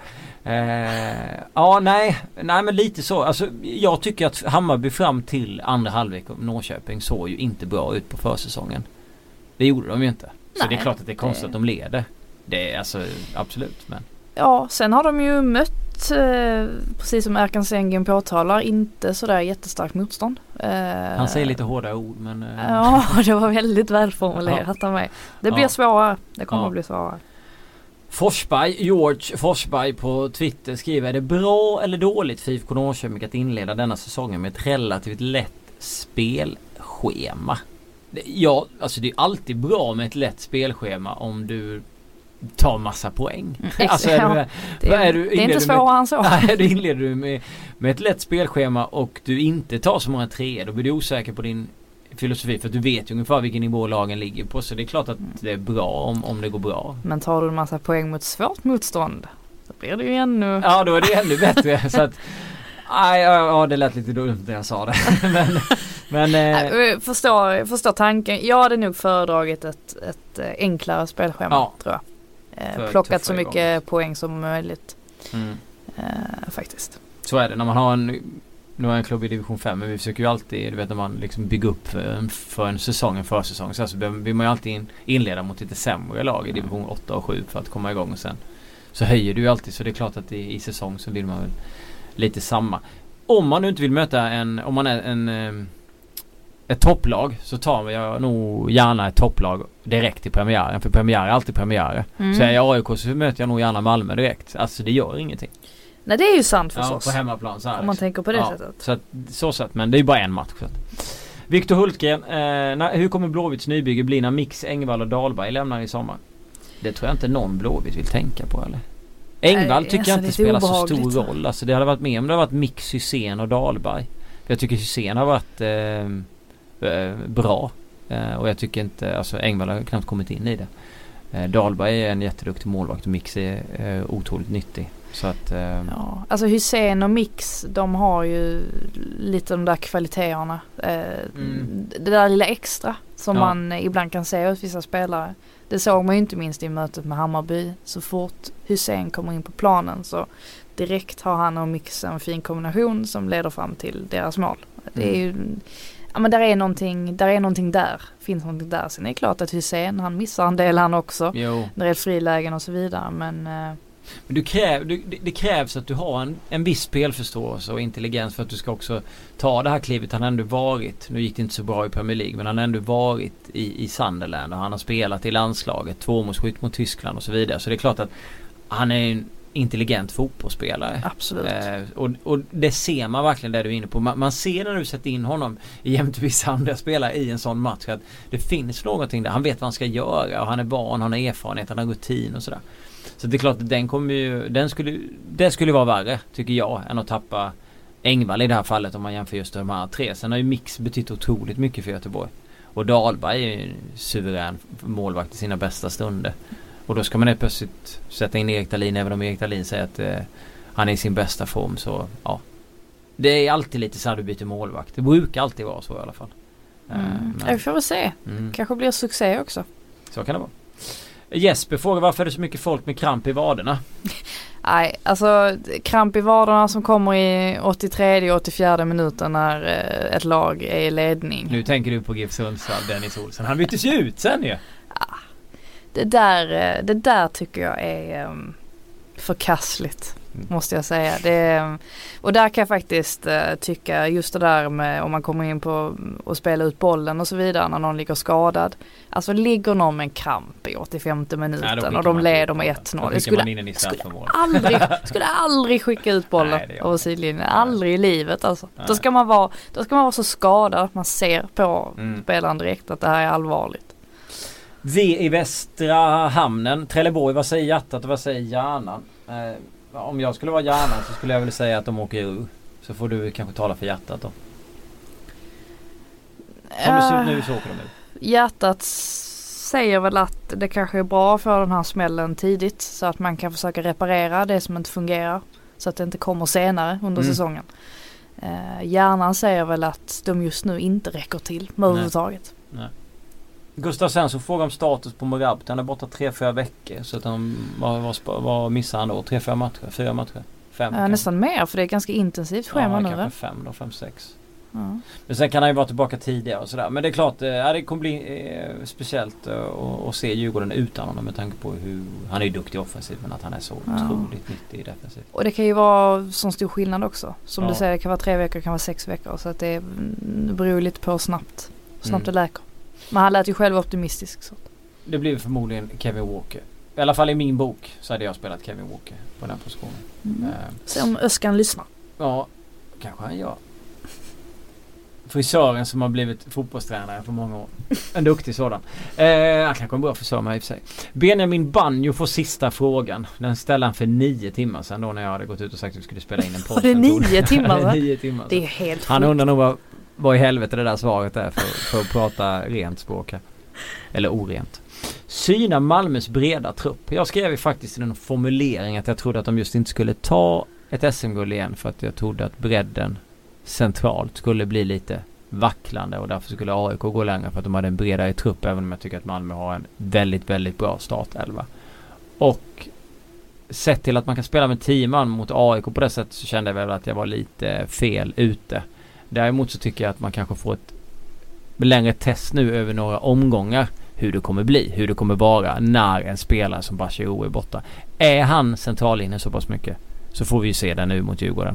Uh, ja, nej, nej men lite så. Alltså, jag tycker att Hammarby fram till andra halvlek och Norrköping såg ju inte bra ut på försäsongen. Det gjorde de ju inte. Så nej, det är klart att det är konstigt det... att de leder. Det är alltså absolut. Men. Ja, sen har de ju mött, eh, precis som Erkan Sengin påtalar, inte sådär jättestarkt motstånd. Uh, Han säger lite hårda ord, men... Uh... Ja, det var väldigt välformulerat ja. av mig. Det blir ja. svårare. Det kommer ja. att bli svårare. Forsberg, George Forsberg på Twitter skriver: är det bra eller dåligt för I F K Norrköping att inleda denna säsongen med ett relativt lätt spelschema? Ja, alltså det är alltid bra med ett lätt spelschema om du tar massa poäng. Mm, alltså, är ja, du, det, är, du, det är inte svårare än så. Nej, du inleder du med, med ett lätt spelschema och du inte tar så många tre, då blir du osäker på din filosofi, för att du vet ju ungefär vilken nivå lagen ligger på, så det är klart att det är bra om, om det går bra. Men tar du en massa poäng mot svårt motstånd, då blir det ju ännu... Ja, då är det ännu bättre. Så att, aj, ja, det lät lite dumt när jag sa det. men, men, eh... förstår, förstår tanken. Jag hade nog föredragit ett, ett enklare spelschema, ja, tror jag. Eh, plockat så mycket igång. poäng som möjligt. Mm. Eh, faktiskt. Så är det, när man har en... Nu är en klubb i division fem, men vi försöker ju alltid, du vet, när man liksom bygger upp för, för en säsong, en försäsong, så alltså vill man ju alltid in, inleda mot lite sämre lag i division åtta och sju för att komma igång, och sen så höjer du ju alltid, så det är klart att i, i säsong så vill man väl lite samma. Om man nu inte vill möta en, om man är en ett topplag, så tar jag nog gärna ett topplag direkt i premiären, för premiär är alltid premiär. Mm. Så är jag A I K så möter jag nog gärna Malmö direkt. Alltså det gör ingenting. Nej, det är ju sant förstås. Ja, på hemmaplan så här. Om man liksom. tänker på det ja, sättet. Så, att, så sätt, men det är ju bara en match. Så att. Viktor Hultgren, eh, när, hur kommer Blåvitts nybygge bli när Mix, Engvall och Dahlberg lämnar i sommar? Det tror jag inte någon Blåvitt vill tänka på, eller? Engvall tycker jag inte spelar så stor roll. Alltså, det hade varit med om det hade varit Mix, Hysén och Dahlberg. För jag tycker Hysén har varit eh, eh, bra. Eh, och jag tycker inte, alltså Engvall har knappt kommit in i det. Eh, Dahlberg är en jätteduktig målvakt och Mix är eh, otroligt nyttig. Så att, eh, ja, alltså Hysén och Mix, de har ju lite de där kvaliteterna. Eh, mm. Det där lilla extra som ja. man ibland kan se hos vissa spelare. Det såg man ju inte minst i mötet med Hammarby. Så fort Hysén kommer in på planen så direkt har han och Mix en fin kombination som leder fram till deras mål. Det är ju, ja, men där är någonting, där är någonting där. Finns någonting där. Sen är det klart att Hussein, han missar en del han också. Jo. När det är frilägen och så vidare. Men, eh. men du kräv, du, det, det krävs att du har en, en viss spelförståelse och intelligens för att du ska också ta det här klivet. Han har ändå varit, nu gick det inte så bra i Premier League, men han har ändå varit i, i Sunderland och han har spelat i landslaget, tvåmålsskytt mot Tyskland och så vidare. Så det är klart att han är en intelligent fotbollsspelare. Absolut. Eh, och, och det ser man verkligen där du är inne på. Man, man ser när du sätter in honom jämte vissa andra spelare i en sån match att det finns någonting där. Han vet vad han ska göra och han är van, han har erfarenhet, han har rutin och sådär. Så det är klart att den kommer ju, den skulle, det skulle vara värre tycker jag än att tappa Engvall i det här fallet om man jämför just de här tre. Sen har ju Mix betytt otroligt mycket för Göteborg. Och Dahlberg är ju en suverän målvakt i sina bästa stunder. Och då ska man helt plötsligt sätta in Erik Dahlin, även om Erik Dahlin säger att eh, han är i sin bästa form. Så ja, det är alltid lite så här du byter målvakt. Det brukar alltid vara så i alla fall. Mm. Eh, men, Jag får väl se. Mm. Kanske blir succé också. Så kan det vara. Jesper frågar varför är det så mycket folk med kramp i vaderna? Nej, alltså kramp i vaderna som kommer i åttiotre och åttiofyra minuten när eh, ett lag är i ledning. Nu tänker du på GIF Sundsvall, Dennis Olsson. Han byttes ju ut sen ju. Ja. Det där, det där tycker jag är um, förkastligt, mm. måste jag säga. Det, och där kan jag faktiskt uh, tycka just det där med om man kommer in på att spela ut bollen och så vidare när någon ligger skadad. Alltså ligger någon med en kramp i åttiofemte minuten Nej, och de leder med ett noll. Jag skulle, skulle, aldrig, skulle aldrig skicka ut bollen över sidlinjen. Aldrig i livet alltså. Då ska, man vara, då ska man vara så skadad att man ser på mm. spelaren direkt att det här är allvarligt. Vi i Västra Hamnen, Trelleborg, vad säger hjärtat och vad säger hjärnan? Eh, om jag skulle vara hjärnan så skulle jag vilja säga att de åker ur. Så får du kanske tala för hjärtat då. Som det ser ut nu så åker de ur. Hjärtat säger väl att det kanske är bra för den här smällen tidigt så att man kan försöka reparera det som inte fungerar så att det inte kommer senare under mm. säsongen. Eh, hjärnan säger väl att de just nu inte räcker till med överhuvudtaget. Nej. Gustav Svensson frågar om status på Morabit. Han är borta tre, fyra veckor. Så att han var, var, var missar han då? Tre, fyra matcher? Fyra matcher? Fem? Ja, nästan mer för det är ganska intensivt schema ja, nu. Kanske fem då, fem, sex. Ja. Men sen kan han ju vara tillbaka tidigare och sådär. Men det är klart, äh, det kommer bli äh, speciellt äh, att se Djurgården utan honom med tanke på hur, han är ju duktig offensivt men att han är så ja. otroligt nyttig defensivt. Och det kan ju vara sån stor skillnad också. Som ja. du säger, det kan vara tre veckor, det kan vara sex veckor. Så att det, är, det beror lite på snabbt, snabbt mm. det läker. Men han lät ju själv optimistisk. Så. Det blir förmodligen Kevin Walker. I alla fall i min bok så hade jag spelat Kevin Walker på den här positionen. Mm. Uh, Se om Öskan lyssnar. Ja, kanske han gör. Frisören som har blivit fotbollstränare för många år. En duktig sådan. Eh, han kanske är en bra frisör med i och för sig. Benjamin Banjo får sista frågan. Den ställde han för nio timmar sedan då när jag hade gått ut och sagt att vi skulle spela in en podd. Det är nio timmar va? nio timmar. Det är helt Han undrar nog vad, vad i helvete det där svaret är för, för att prata rent språk här. Eller orent. Syna Malmös breda trupp. Jag skrev ju faktiskt i en formulering att jag trodde att de just inte skulle ta ett S M-guld igen för att jag trodde att bredden centralt skulle bli lite vacklande och därför skulle A I K gå längre för att de hade en bredare trupp även om jag tycker att Malmö har en väldigt, väldigt bra startelva. Och sett till att man kan spela med tio man mot A I K på det sättet så kände jag väl att jag var lite fel ute. Däremot så tycker jag att man kanske får ett längre test nu över några omgångar hur det kommer bli, hur det kommer vara när en spelare som Bachirou är borta. Är han centralinne så pass mycket så får vi ju se den nu mot Djurgården.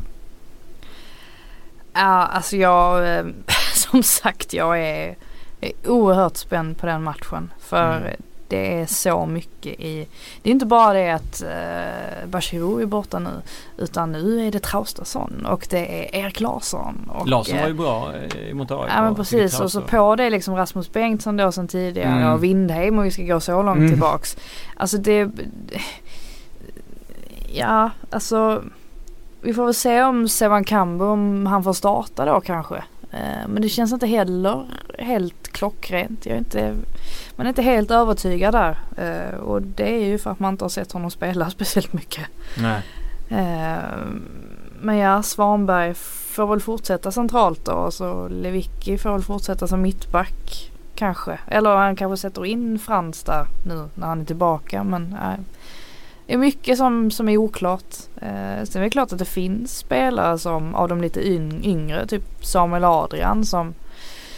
Ja, alltså jag som sagt, jag är, är oerhört spänd på den matchen för mm. det är så mycket i, det är inte bara det att uh, Bachirou är borta nu utan nu är det Traustason och det är Erik Larsson och Larsson var ju bra eh, mot A I K. Ja men precis och så på det är liksom Rasmus Bengtsson då sen tidigare mm. och Windheim och vi ska gå så långt mm. tillbaks. Alltså det ja, alltså vi får väl se om Sevan Kambu om han får starta då kanske. Eh, men det känns inte heller helt klockrent. Jag är inte, man är inte helt övertygad där. Eh, och det är ju för att man inte har sett honom spela speciellt mycket. Nej. Eh, men ja, Svanberg får väl fortsätta centralt då. Och så Lewicki får väl fortsätta som mittback kanske. Eller han kanske sätter in Frans där nu när han är tillbaka. Men nej. Det är mycket som, som är oklart. Eh, sen är det klart att det finns spelare som av de lite yngre, typ Samuel Adrian som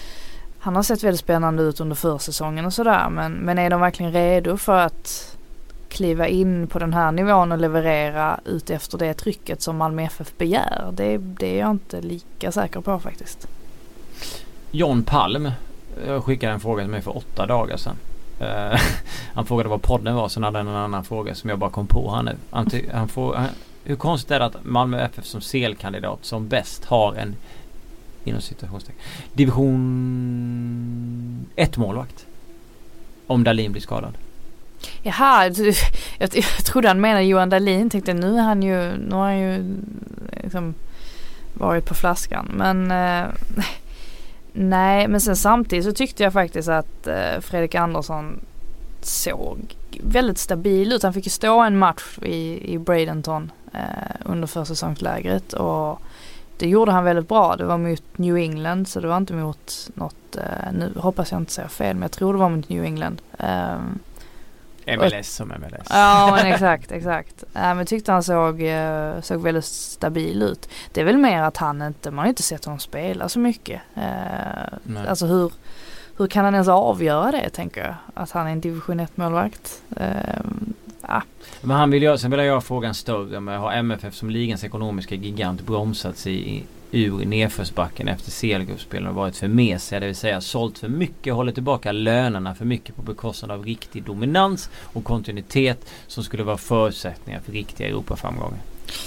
han har sett väldigt spännande ut under försäsongen och sådär. Men, men är de verkligen redo för att kliva in på den här nivån och leverera ut efter det trycket som Malmö F F begär? Det, det är jag inte lika säker på faktiskt. John Palm, jag skickade en fråga till mig för åtta dagar sedan. Uh, han frågade vad podden var, så hade han en annan fråga som jag bara kom på här nu. Han ty- han får, han, hur konstigt är det att Malmö F F som C L-kandidat som bäst har en inom situationstecken division ett målvakt om Dahlin blir skadad? Jaha, jag, jag, jag trodde han menade Johan Dahlin. Tänkte nu är han ju nu har han ju liksom varit på flaskan. Men eh, nej, men sen samtidigt så tyckte jag faktiskt att eh, Fredrik Andersson såg väldigt stabil ut. Han fick ju stå en match i, i Bradenton eh, under försäsongslägret och det gjorde han väldigt bra. Det var mot New England, så det var inte mot något, eh, nu hoppas jag inte säga fel, men jag tror det var mot New England. Um, M L S som M L S. Ja, men exakt, exakt. Äh, men jag tyckte han såg, uh, såg väldigt stabil ut. Det är väl mer att han inte, man har inte sett honom spela så mycket. Uh, alltså hur, hur kan han ens avgöra det, tänker jag? Att han är en division ett målvakt. Uh, ah. Men han vill göra, sen vill jag göra frågan större med att ha M F F som ligans ekonomiska gigant bromsats i, i ur nedförsbacken efter C L-gruppspelen och varit för mesiga, det vill säga sålt för mycket, håller tillbaka lönerna för mycket på bekostnad av riktig dominans och kontinuitet som skulle vara förutsättningar för riktiga Europa-framgångar.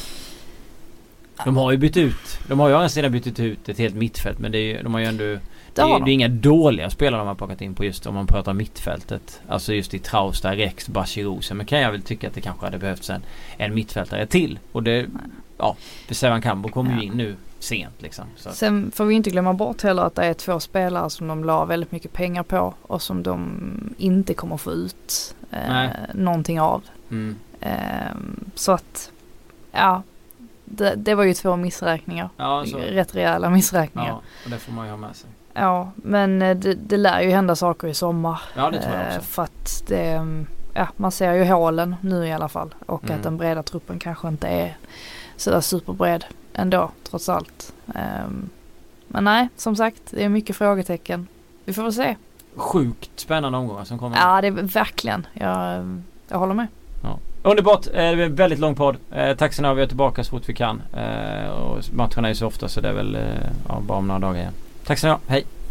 De har ju bytt ut, de har ju å sidan bytt ut ett helt mittfält, men det är ju, de har ju ändå det är, det är inga dåliga spelare de har plockat in på, just om man pratar mittfältet. Alltså just i Trausta, Rex, Bashirosa. Men kan jag väl tycka att det kanske hade behövts en, en mittfältare till. Och det, ja, för Sevan Kambo kommer ja. ju in nu sent liksom. Så. Sen får vi inte glömma bort heller att det är två spelare som de la väldigt mycket pengar på och som de inte kommer få ut eh, någonting av. Mm. Eh, så att, ja, det, det var ju två missräkningar. Ja, så. Rätt rejäla missräkningar. Ja, och det får man ju ha med sig. Ja, men det, det lär ju hända saker i sommar. Ja, det tror jag också. Eh, för att det, ja, man ser ju hålen nu i alla fall. Och mm. att den breda truppen kanske inte är sådär superbred ändå, trots allt. Um, men nej, som sagt, det är mycket frågetecken. Vi får väl se. Sjukt spännande omgångar som kommer. Ja, det är verkligen. Jag, jag håller med. Ja. Underbart, det är en väldigt lång podd. Eh, tack så mycket, vi är tillbaka så fort vi kan. Eh, och matcherna är ju så ofta så det är väl eh, ja, bara om några dagar igen. Tack så mycket, hej!